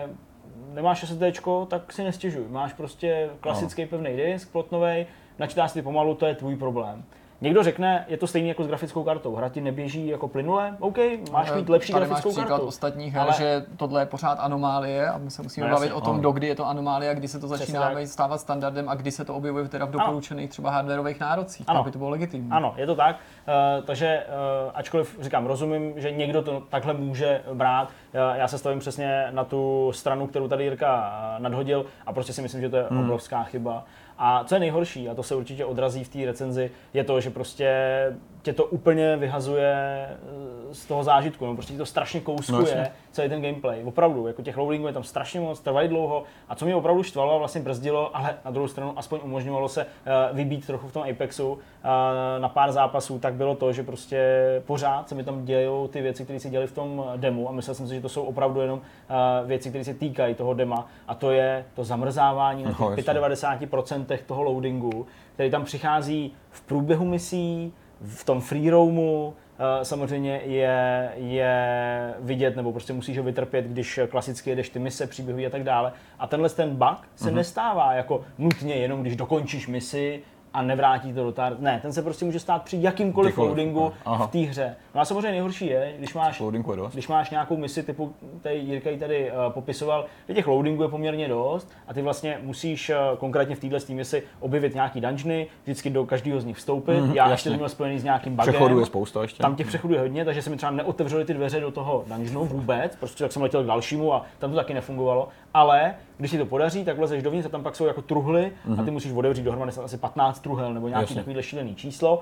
nemáš S S D čko, tak si nestěžuj. Máš prostě klasický pevný disk, plotnovej, načítáš si pomalu, to je tvůj problém. Někdo řekne, je to stejný jako s grafickou kartou. Hra ti neběží jako plynule, OK, máš mít lepší Tady grafickou máš příklad kartu. ostatních her, Ale- že tohle je pořád anomálie a my se musíme No bavit jasně, o tom, ano. dokdy je to anomálie a kdy se to Přesně začíná tak. stávat standardem a kdy se to objevuje teda v doporučených třeba hardwareových nárocích, Ano. aby to bylo legitimní. Ano, je to tak, uh, takže uh, ačkoliv říkám, rozumím, že někdo to takhle může brát, uh, já se stavím přesně na tu stranu, kterou tady Jirka uh, nadhodil a prostě si myslím, že to je hmm. obrovská chyba. A co je nejhorší, a to se určitě odrazí v té recenzi, je to, že prostě tě to úplně vyhazuje z toho zážitku, no, prostě ti to strašně kouskuje No, celý ten gameplay. Opravdu, jako těch loadingů je tam strašně moc, trvají dlouho a co mě opravdu štvalo a vlastně brzdilo, ale na druhou stranu aspoň umožňovalo se uh, vybít trochu v tom Apexu uh, na pár zápasů, tak bylo to, že prostě pořád se mi tam dějou ty věci, které se děly v tom demu a myslel jsem si, že to jsou opravdu jenom uh, věci, které se týkají toho dema a to je to zamrzávání na No, těch devadesát pět procent toho loadingu, který tam přichází v průběhu misí, v tom free roamu, samozřejmě je, je vidět, nebo prostě musíš ho vytrpět, když klasicky jedeš ty mise, příběhy a tak dále. A tenhle ten bug se mm-hmm. nestává jako nutně jenom, když dokončíš misi a nevrátí to do tar. Ne, ten se prostě může stát při jakýmkoliv Kdykoliv. loadingu Aha. v té hře. No a samozřejmě nejhorší je, když máš, Loadingu je dost. když máš nějakou misi typu, tady Jirka ji tady uh, popisoval, že těch loadingů je poměrně dost a ty vlastně musíš uh, konkrétně v téhle misi objevit nějaký dungeony, vždycky do každého z nich vstoupit. Mhm, Já jasně. ještě to měl spojený s nějakým bugem. Přechodů je spousta ještě. Tam těch přechodů je hodně, takže se mi třeba neotevřely ty dveře do toho dungeonu vůbec, prostě tak jsem letěl k dalšímu a tam to taky nefungovalo. Ale když si to podaří, tak vlezeš dovnitř a tam pak jsou jako truhly mm-hmm. a ty musíš otevřít dohromady asi patnáct truhel nebo nějaký Jasně. takovýhle šílený číslo.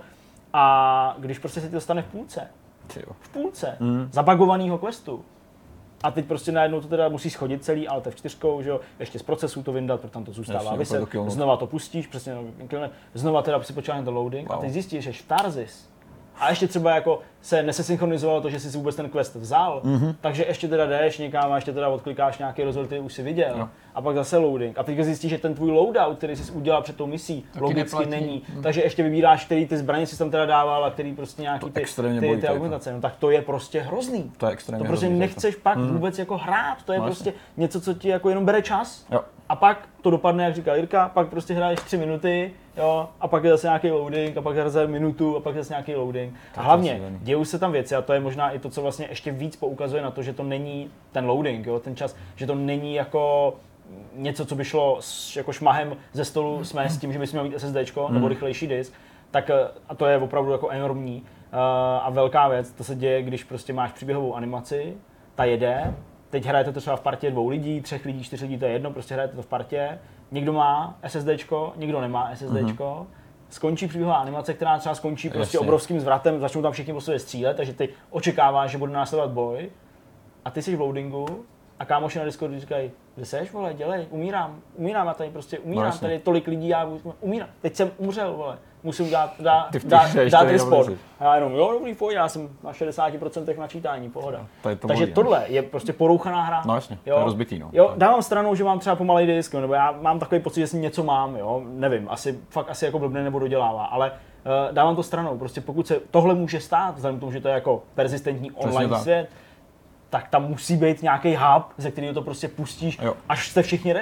A když prostě se ti to stane v půlce, v půlce mm. zabagovaného questu, a teď prostě najednou to teda musíš schodit celý, ale to v čtyřkou, že jo, ještě z procesu to vyndat, protože tam to zůstává Jasně, vyset, to znova to pustíš, přesně, znova teda si počkáš na to loading wow. a teď zjistíš, že Starzis. A ještě třeba jako se nesesynchronizoval to, že jsi si vůbec ten quest vzal, mm-hmm. takže ještě teda jdeš někam a ještě teda odklikáš nějaký rozhovor, který už si viděl. No. A pak zase loading. A teďka zjistíš, že ten tvůj loadout, který jsi udělal před tou misí, taky logicky neplatí. Není. Mm. Takže ještě vybíráš, který ty zbraně si tam teda dával a který prostě nějaký ty, ty, ty argumentace. No tak to je prostě hrozný. To je extrémně To prostě hrozný, nechceš pak mm. vůbec jako hrát. To je no, prostě jasně. něco, co ti jako jenom bere čas. Jo. A pak to dopadne, jak říká Jirka, pak prostě hraješ tři minuty, jo, a pak je zase nějaký loading, a pak zase minutu, a pak zase nějaký loading. A hlavně dějou se tam věci, a to je možná i to, co vlastně ještě víc poukazuje na to, že to není ten loading, jo, ten čas, že to není jako něco, co by šlo jako šmahem ze stolu smést s tím, že bys měl mít SSDčko hmm. nebo rychlejší disk, tak a to je opravdu jako enormní a velká věc. To se děje, když prostě máš příběhovou animaci, ta jede. Teď hrajete to třeba v partě dvou lidí, třech lidí, čtyř lidí, to je jedno, prostě hrajete to v partě. Někdo má SSDčko, někdo nemá SSDčko. Mm-hmm. Skončí příběhová animace, která třeba skončí prostě Jasně. obrovským zvratem, začnou tam všichni po sobě střílet, takže ty očekáváš, že bude následovat boj. A ty jsi v loadingu a kámoši na Discordu říkají, kde seš, vole, dělej, umírám, umírám, já tady prostě umírám, no, tady je tolik lidí, já umírám, teď jsem umřel, vole. Musím dát, dát, dát, dát respawn. A já jenom, jo, dobrý, pojď, já jsem na šedesát procent načítání, pohoda. To to Takže bolí, tohle je prostě porouchaná hra. No jasně, jo? to je rozbitý, no. Jo, dávám stranou, že mám třeba pomalej disk, nebo já mám takový pocit, že si něco mám, jo, nevím, asi fakt asi jako blbne nebo dodělává, ale uh, dávám to stranou, prostě pokud se tohle může stát, vzhledem k tomu, že to je jako persistentní online svět, tak tam musí být nějaký hub, ze kterého to prostě pustíš, jo. až jste všichni ready.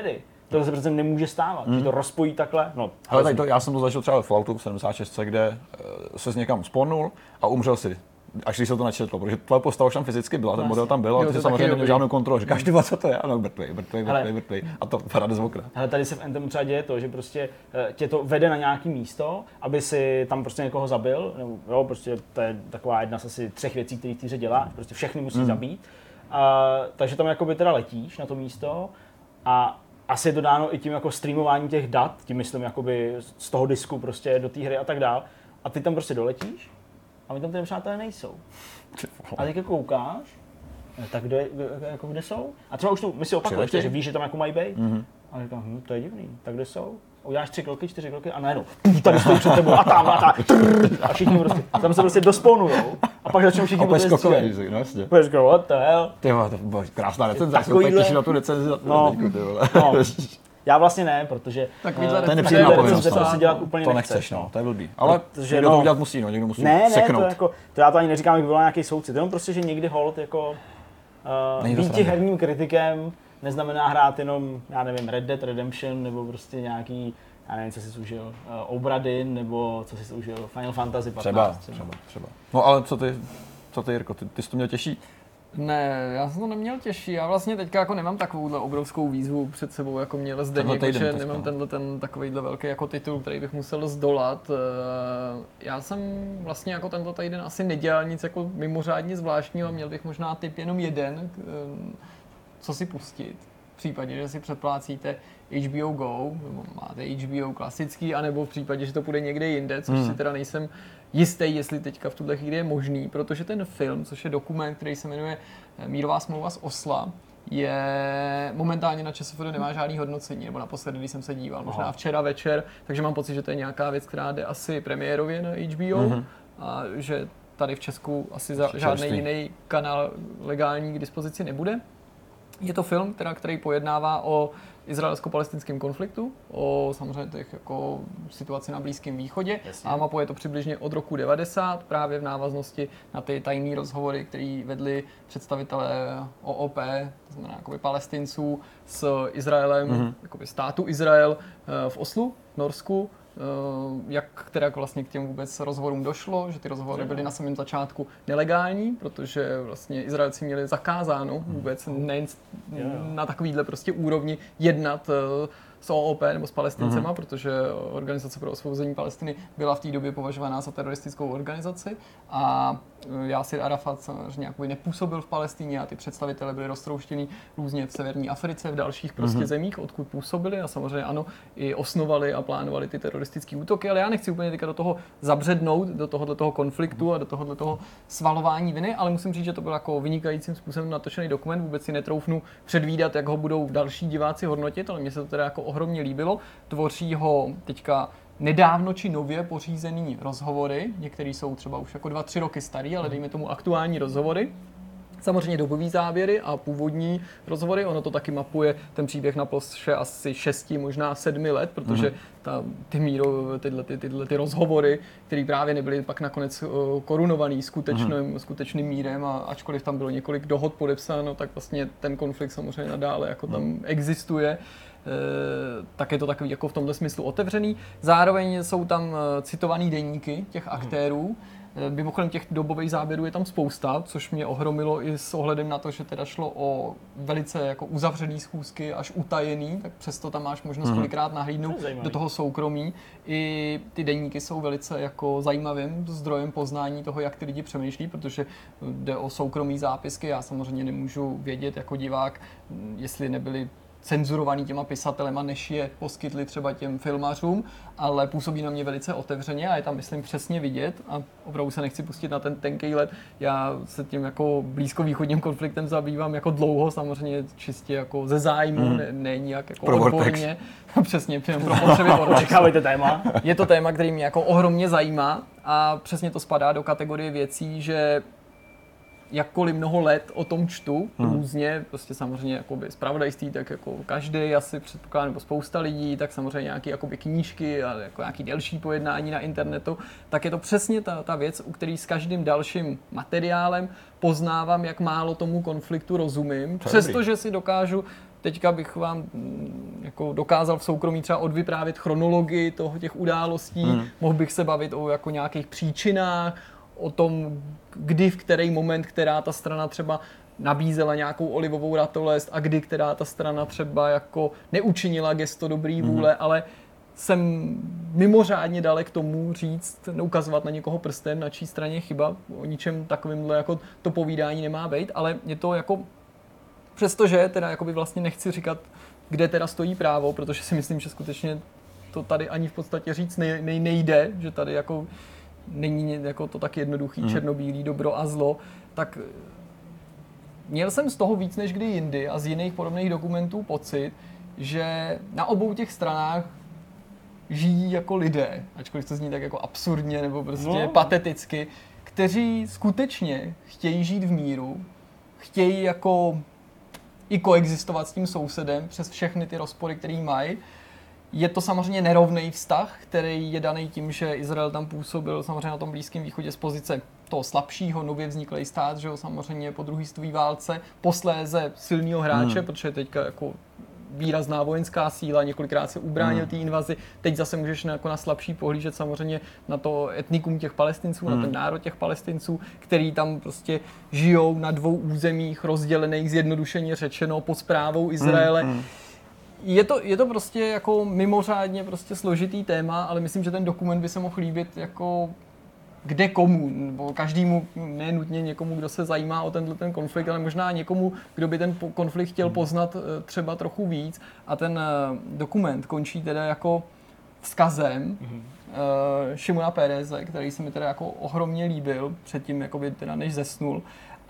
To se přece nemůže stávat, hmm. že to rozpojí takhle. No, ale tady to, já jsem to zažil třeba v Falloutu v sedmdesát šest, kde se s někam sponul a umřel si. Až když se to načetlo, protože tvoje postava už tam fyzicky byla, ten model tam byl, a ty si samozřejmě neměl žádnou kontrolu. Říkáš, ty co to je? Ano, mrtvej, mrtvej, mrtvej, mrtvej. A to padá z okna. Ale tady se v Anthem třeba děje to, že prostě tě to vede na nějaký místo, aby si tam prostě někoho zabil. Nebo, jo, prostě to je taková jedna z asi třech věcí, které ty hře děláš, prostě všechny musí hmm. zabít. A, takže tam jakoby teda letíš na to místo a asi je to dáno i tím jako streamování těch dat, tím myslím jakoby z toho disku prostě do té hry a tak dál. A ty tam prostě doletíš a my tam ty přátelé nejsou. A teď koukáš, tak kde, jako kde jsou? A třeba už tu misi opakuješ, že víš, že tam jako mají být. Mm-hmm. A říkám, hm, to je divný, tak kde jsou? Uděláš tři kroky, čtyři kroky a najednou tady stojí před tebou a tam a tam. A všichni prostě, tam se prostě dospounujou. A pak začnou všichni prostě skokové, no jasně. Budeš go, what the hell? Ty vole, to byla krásná recenze, já se úplně těším na tu recenzi. No, no. Já vlastně ne, protože uh, to je nepříjemná povinnost, to si dělat úplně to nechceš, nechceš, no, to je blbý. Ale protože, někdo no, to udělat musí, no, někdo musí ne, seknout. Ne, to, jako, to já to ani neříkám, jak byl nějaký soucit, jenom prostě, že někdy hold jako uh, být tím herním kritikem neznamená hrát jenom, já nevím, Red Dead Redemption, nebo prostě nějaký, já nevím, co jsi užil, uh, Obradin, nebo co jsi užil, Final Fantasy patnáct. Třeba, třeba, třeba. No ale co ty, co ty, Jirko, ty, ty jsi to měl těžší? Ne, já jsem to neměl těžší. Já vlastně teďka jako nemám takovouhle obrovskou výzvu před sebou, jako měl Zdeněk, protože nemám tenhle ten takovýhle velký jako titul, který bych musel zdolat. Já jsem vlastně jako tento týden asi nedělal nic jako mimořádně zvláštního a měl bych možná tip jenom jeden, co si pustit. V případě, že si předplácíte H B O Go, nebo máte H B O klasický, anebo v případě, že to půjde někde jinde, což hmm. si teda nejsem jistý, jestli teďka v tuhle chvíli je možný, protože ten film, což je dokument, který se jmenuje Mírová smlouva z Osla, je momentálně na ČSFD nemá žádný hodnocení, nebo naposledy, když jsem se díval, možná Aha. včera večer, takže mám pocit, že to je nějaká věc, která jde asi premiérově na H B O mm-hmm. a že tady v Česku asi za žádný jiný kanál legální k dispozici nebude. Je to film, teda, který pojednává o izraelsko-palestinském konfliktu, o samozřejmě těch jako situaci na Blízkém východě. Jasně. A mapuje to přibližně od roku devadesát, právě v návaznosti na ty tajné rozhovory, které vedli představitelé O O P, to znamená jakoby Palestinců s Izraelem, mm-hmm. jakoby státu Izrael v Oslu, v Norsku. Jak teda vlastně k těm vůbec rozhovorům došlo, že ty rozhovory byly na samém začátku nelegální, protože vlastně Izraelci měli zakázáno vůbec nejen na takovýhle prostě úrovni jednat s O O P nebo s Palestincema, mm-hmm. protože Organizace pro osvobození Palestiny byla v té době považovaná za teroristickou organizaci a Jásir Arafat samozřejmě jakoby nepůsobil v Palestině a ty představitelé byli roztrouštěni různě v severní Africe, v dalších prostě mm-hmm. zemích, odkud působili a samozřejmě ano, i osnovali a plánovali ty teroristické útoky, ale já nechci úplně teďka do toho zabřednout, do tohohle toho konfliktu a do tohohle toho svalování viny, ale musím říct, že to byl jako vynikajícím způsobem natočený dokument, vůbec si netroufnu předvídat, jak ho budou další diváci hodnotit, ale mně se to teda jako ohromně líbilo. Tvoří ho teďka nedávno či nově pořízený rozhovory, některý jsou třeba už jako dva, tři roky starý, ale dejme tomu aktuální rozhovory. Samozřejmě dobový záběry a původní rozhovory, ono to taky mapuje ten příběh na ploše asi šesti, možná sedmi let, protože ta, ty, míro, tyhle, ty, tyhle ty rozhovory, které právě nebyly pak nakonec korunovaný skutečným, skutečným mírem a ačkoliv tam bylo několik dohod podepsáno, tak vlastně ten konflikt samozřejmě nadále jako tam existuje. E, tak je to takový jako v tomhle smyslu otevřený. Zároveň jsou tam citovaný deníky těch aktérů. Mimochodem těch dobových záběrů je tam spousta, což mě ohromilo i s ohledem na to, že teda šlo o velice jako uzavřený schůzky, až utajený, tak přesto tam máš možnost kolikrát nahlídnout do toho soukromí. I ty deníky jsou velice jako zajímavým zdrojem poznání toho, jak ty lidi přemýšlí, protože jde o soukromý zápisky. Já samozřejmě nemůžu vědět jako divák, jestli nebyly cenzurovaný těma pisatelema, než je poskytli třeba těm filmařům, ale působí na mě velice otevřeně a je tam, myslím, přesně vidět a opravdu se nechci pustit na ten tenkej let. Já se tím jako blízkovýchodním konfliktem zabývám jako dlouho, samozřejmě čistě jako ze zájmu, mm. ne, ne nijak jako pro odborně. Přesně, pro potřeby Vortex. Očekávejte téma. Je to téma, který mě jako ohromně zajímá a přesně to spadá do kategorie věcí, že jakkoliv mnoho let o tom čtu, hmm. různě, prostě samozřejmě jakoby zpravodajství, tak jako každý asi předpokládá, nebo spousta lidí, tak samozřejmě nějaké jakoby knížky a jako nějaký delší pojednání na internetu, tak je to přesně ta, ta věc, u který s každým dalším materiálem poznávám, jak málo tomu konfliktu rozumím, přestože si dokážu teďka bych vám mm, jako dokázal v soukromí třeba odvyprávět chronologii toho těch událostí, hmm. mohl bych se bavit o jako nějakých příčinách, o tom, kdy, v který moment, která ta strana třeba nabízela nějakou olivovou ratolest a kdy, která ta strana třeba jako neučinila gesto dobrý vůle, hmm. ale jsem mimořádně dalek tomu říct, neukazovat na někoho prstem, na čí straně je chyba, o ničem takovýmhle jako to povídání nemá být, ale je to jako, přestože teda jakoby vlastně nechci říkat, kde teda stojí právo, protože si myslím, že skutečně to tady ani v podstatě říct nej, nej, nejde, že tady jako není jako to tak jednoduchý, mm. černobílý, dobro a zlo, tak měl jsem z toho víc než kdy jindy a z jiných podobných dokumentů pocit, že na obou těch stranách žijí jako lidé, ačkoliv to zní tak jako absurdně nebo prostě no. pateticky, kteří skutečně chtějí žít v míru, chtějí jako i koexistovat s tím sousedem přes všechny ty rozpory, který mají. Je to samozřejmě nerovný vztah, který je daný tím, že Izrael tam působil samozřejmě na tom Blízkém východě z pozice toho slabšího, nově vzniklý stát, že jo, samozřejmě po druhé světové válce, posléze silného hráče, hmm. protože teďka jako výrazná vojenská síla, několikrát se ubránil té invazi, teď zase můžeš na, jako na slabší pohlížet samozřejmě na to etnikum těch Palestinců, hmm. na ten národ těch Palestinců, který tam prostě žijou na dvou územích rozdělených, zjednodušeně řečeno, pod správou Izraele. Hmm. Je to, je to prostě jako mimořádně prostě složitý téma, ale myslím, že ten dokument by se mohl líbit jako kde komu, nebo každému, ne nutně někomu, kdo se zajímá o tenhle ten konflikt, ale možná někomu, kdo by ten konflikt chtěl poznat třeba trochu víc. A ten dokument končí teda jako vzkazem mm-hmm. uh, Šimona Pereze, který se mi teda jako ohromně líbil předtím, jakoby teda než zesnul.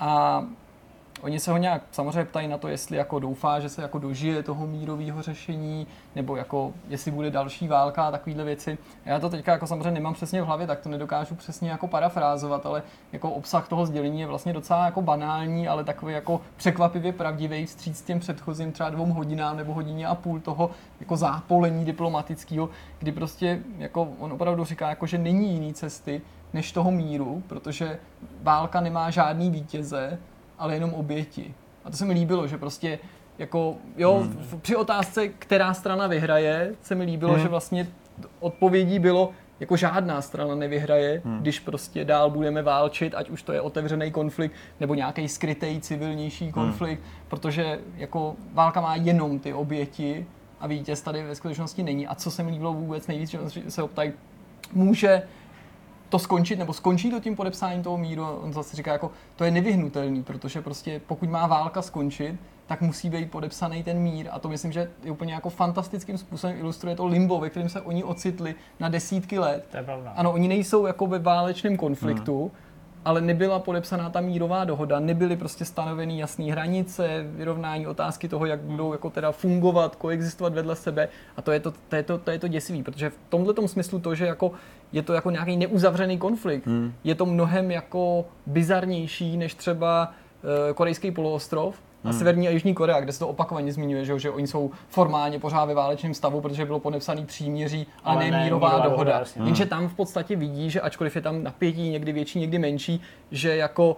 A oni se ho nějak samozřejmě ptají na to, jestli jako doufá, že se jako dožije toho mírového řešení, nebo jako jestli bude další válka a takovéhle věci. Já to teďka jako samozřejmě nemám přesně v hlavě, tak to nedokážu přesně jako parafrázovat, ale jako obsah toho sdělení je vlastně docela jako banální, ale takový jako překvapivě pravdivý vstříc těm předchozím třeba dvou hodinám nebo hodině a půl toho jako zápolení diplomatického, kdy prostě jako on opravdu říká, jako, že není jiný cesty než toho míru, protože válka nemá žádný vítěze, ale jenom oběti. A to se mi líbilo, že prostě jako, jo, hmm. při otázce, která strana vyhraje, se mi líbilo, hmm. že vlastně odpovědí bylo, jako žádná strana nevyhraje, hmm. když prostě dál budeme válčit, ať už to je otevřený konflikt, nebo nějaký skrytej civilnější konflikt, hmm. protože jako válka má jenom ty oběti a vítěz tady ve skutečnosti není. A co se mi líbilo vůbec nejvíc, že se optají, může to skončit, nebo skončí to tím podepsáním toho míru, on zase říká, jako to je nevyhnutelný, protože prostě pokud má válka skončit, tak musí být podepsaný ten mír a to myslím, že je úplně jako fantastickým způsobem ilustruje to limbo, ve kterém se oni ocitli na desítky let. To je pravda. Ano, oni nejsou jako ve válečném konfliktu, hmm. ale nebyla podepsaná ta mírová dohoda, nebyly prostě stanoveny jasné hranice, vyrovnání otázky toho, jak budou jako teda fungovat, koexistovat vedle sebe a to je to, to, je to, to, je to děsivý, protože v tomhletom smyslu to, že jako je to jako nějaký neuzavřený konflikt, hmm. je to mnohem jako bizarnější než třeba uh, korejský poloostrov a hmm. Severní a Jižní Korea, kde se to opakovaně zmiňuje, že, že oni jsou formálně pořád ve válečném stavu, protože bylo podepsaný příměří, ale, ale ne mírová dohoda. dohoda Jenže tam v podstatě vidí, že ačkoliv je tam napětí někdy větší, někdy menší, že jako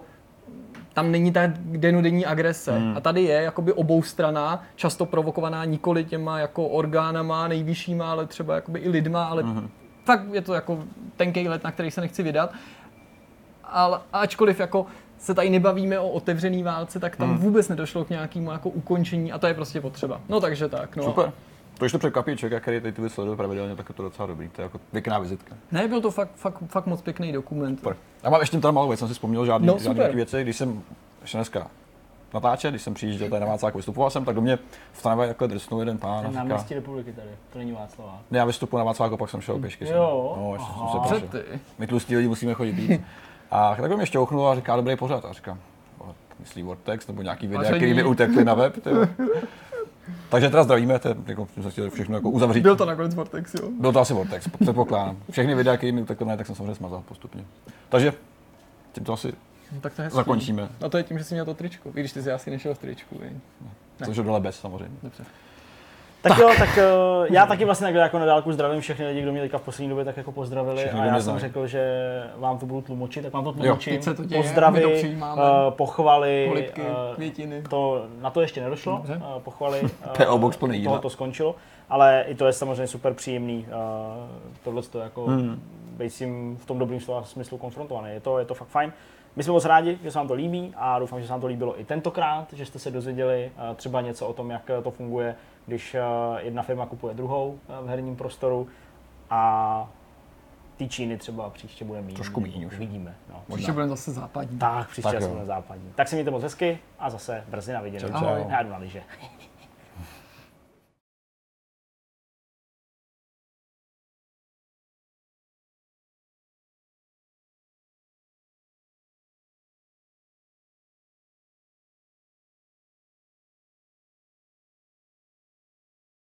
tam není ta denodenní agrese. Hmm. A tady je jakoby oboustranná, často provokovaná nikoli těma jako orgánama nejvyššíma, ale třeba jakoby i lidma, ale hmm. fakt je to jako tenkej let, na který se nechci vydat. Ale ačkoliv jako se tady nebavíme o otevřený válce, tak tam hmm. vůbec nedošlo k nějakému jako ukončení a to je prostě potřeba. No takže tak. No. Super. To, když to překvapí člověka, který tady ty sleduje pravidelně, tak je to docela dobrý. To je jako pěkná vizitka. Ne, byl to fakt, fakt, fakt moc pěkný dokument. Super. Já mám ještě tam malou věc, jsem si vzpomněl žádný, no, žádný věci, když jsem ještě dneska natáčel, když jsem přijížděl tady na Václaváku, vystupoval jsem, tak do mě v tramvaji jako drsnul jeden pán. Na náměstí Republiky tady, to není Václavák. Ne, já vystupuji na Václaváku, pak jsem šel pěšky. Jo. No, ještě jsem se prošel. My tlustí lidi musíme chodit víc. A takhle mě šťouchnul a říká, dobrý pořád. A říkám, myslí Vortex nebo nějaký videa, který mi utekly na web. Tyjo. Takže teda zdravíme, to jako, jsem se chtěl všechno jako uzavřít. Byl to nakonec Vortex, jo? Byl to asi Vortex, předpokládám. Všechny videa, které mi utekly, tak jsem samozřejmě smazal postupně. Takže tím to asi no, tak to zakončíme. A to je tím, že jsi měl to tričko, i když ty jsi asi nešel v tričku. Což je dole bez samozřejmě. Dobře. Tak jo, tak uh, já taky vlastně takhle jako na dálku zdravím všechny lidi, kdo mě teďka v poslední době tak jako pozdravili Všechny, a já jsem znají. řekl, že vám to budu tlumočit, tak vám to tlumočím. Jo, to děje, pozdravy, my to přijímáme. uh, pochvaly, Polipky, uh, květiny. to, na to ještě nedošlo, uh, pochvaly, P O box plný jídla. toho to skončilo, ale i to je samozřejmě super příjemný, uh, tohle to jako hmm. být s tím v tom dobrým slova smyslu konfrontovaný, je to, je to fakt fajn. My jsme moc rádi, že se vám to líbí a doufám, že se vám to líbilo i tentokrát, že jste se dozvěděli uh, třeba něco o tom, jak to funguje, když uh, jedna firma kupuje druhou uh, v herním prostoru a ty Číny třeba příště bude mít. Trošku míň už. Vidíme. No. Příště budeme zase západní. Tak, příště Tak budeme západní. Tak se mějte moc hezky a zase brzy na viděnou. Čau, čau. Já jdu na lyže.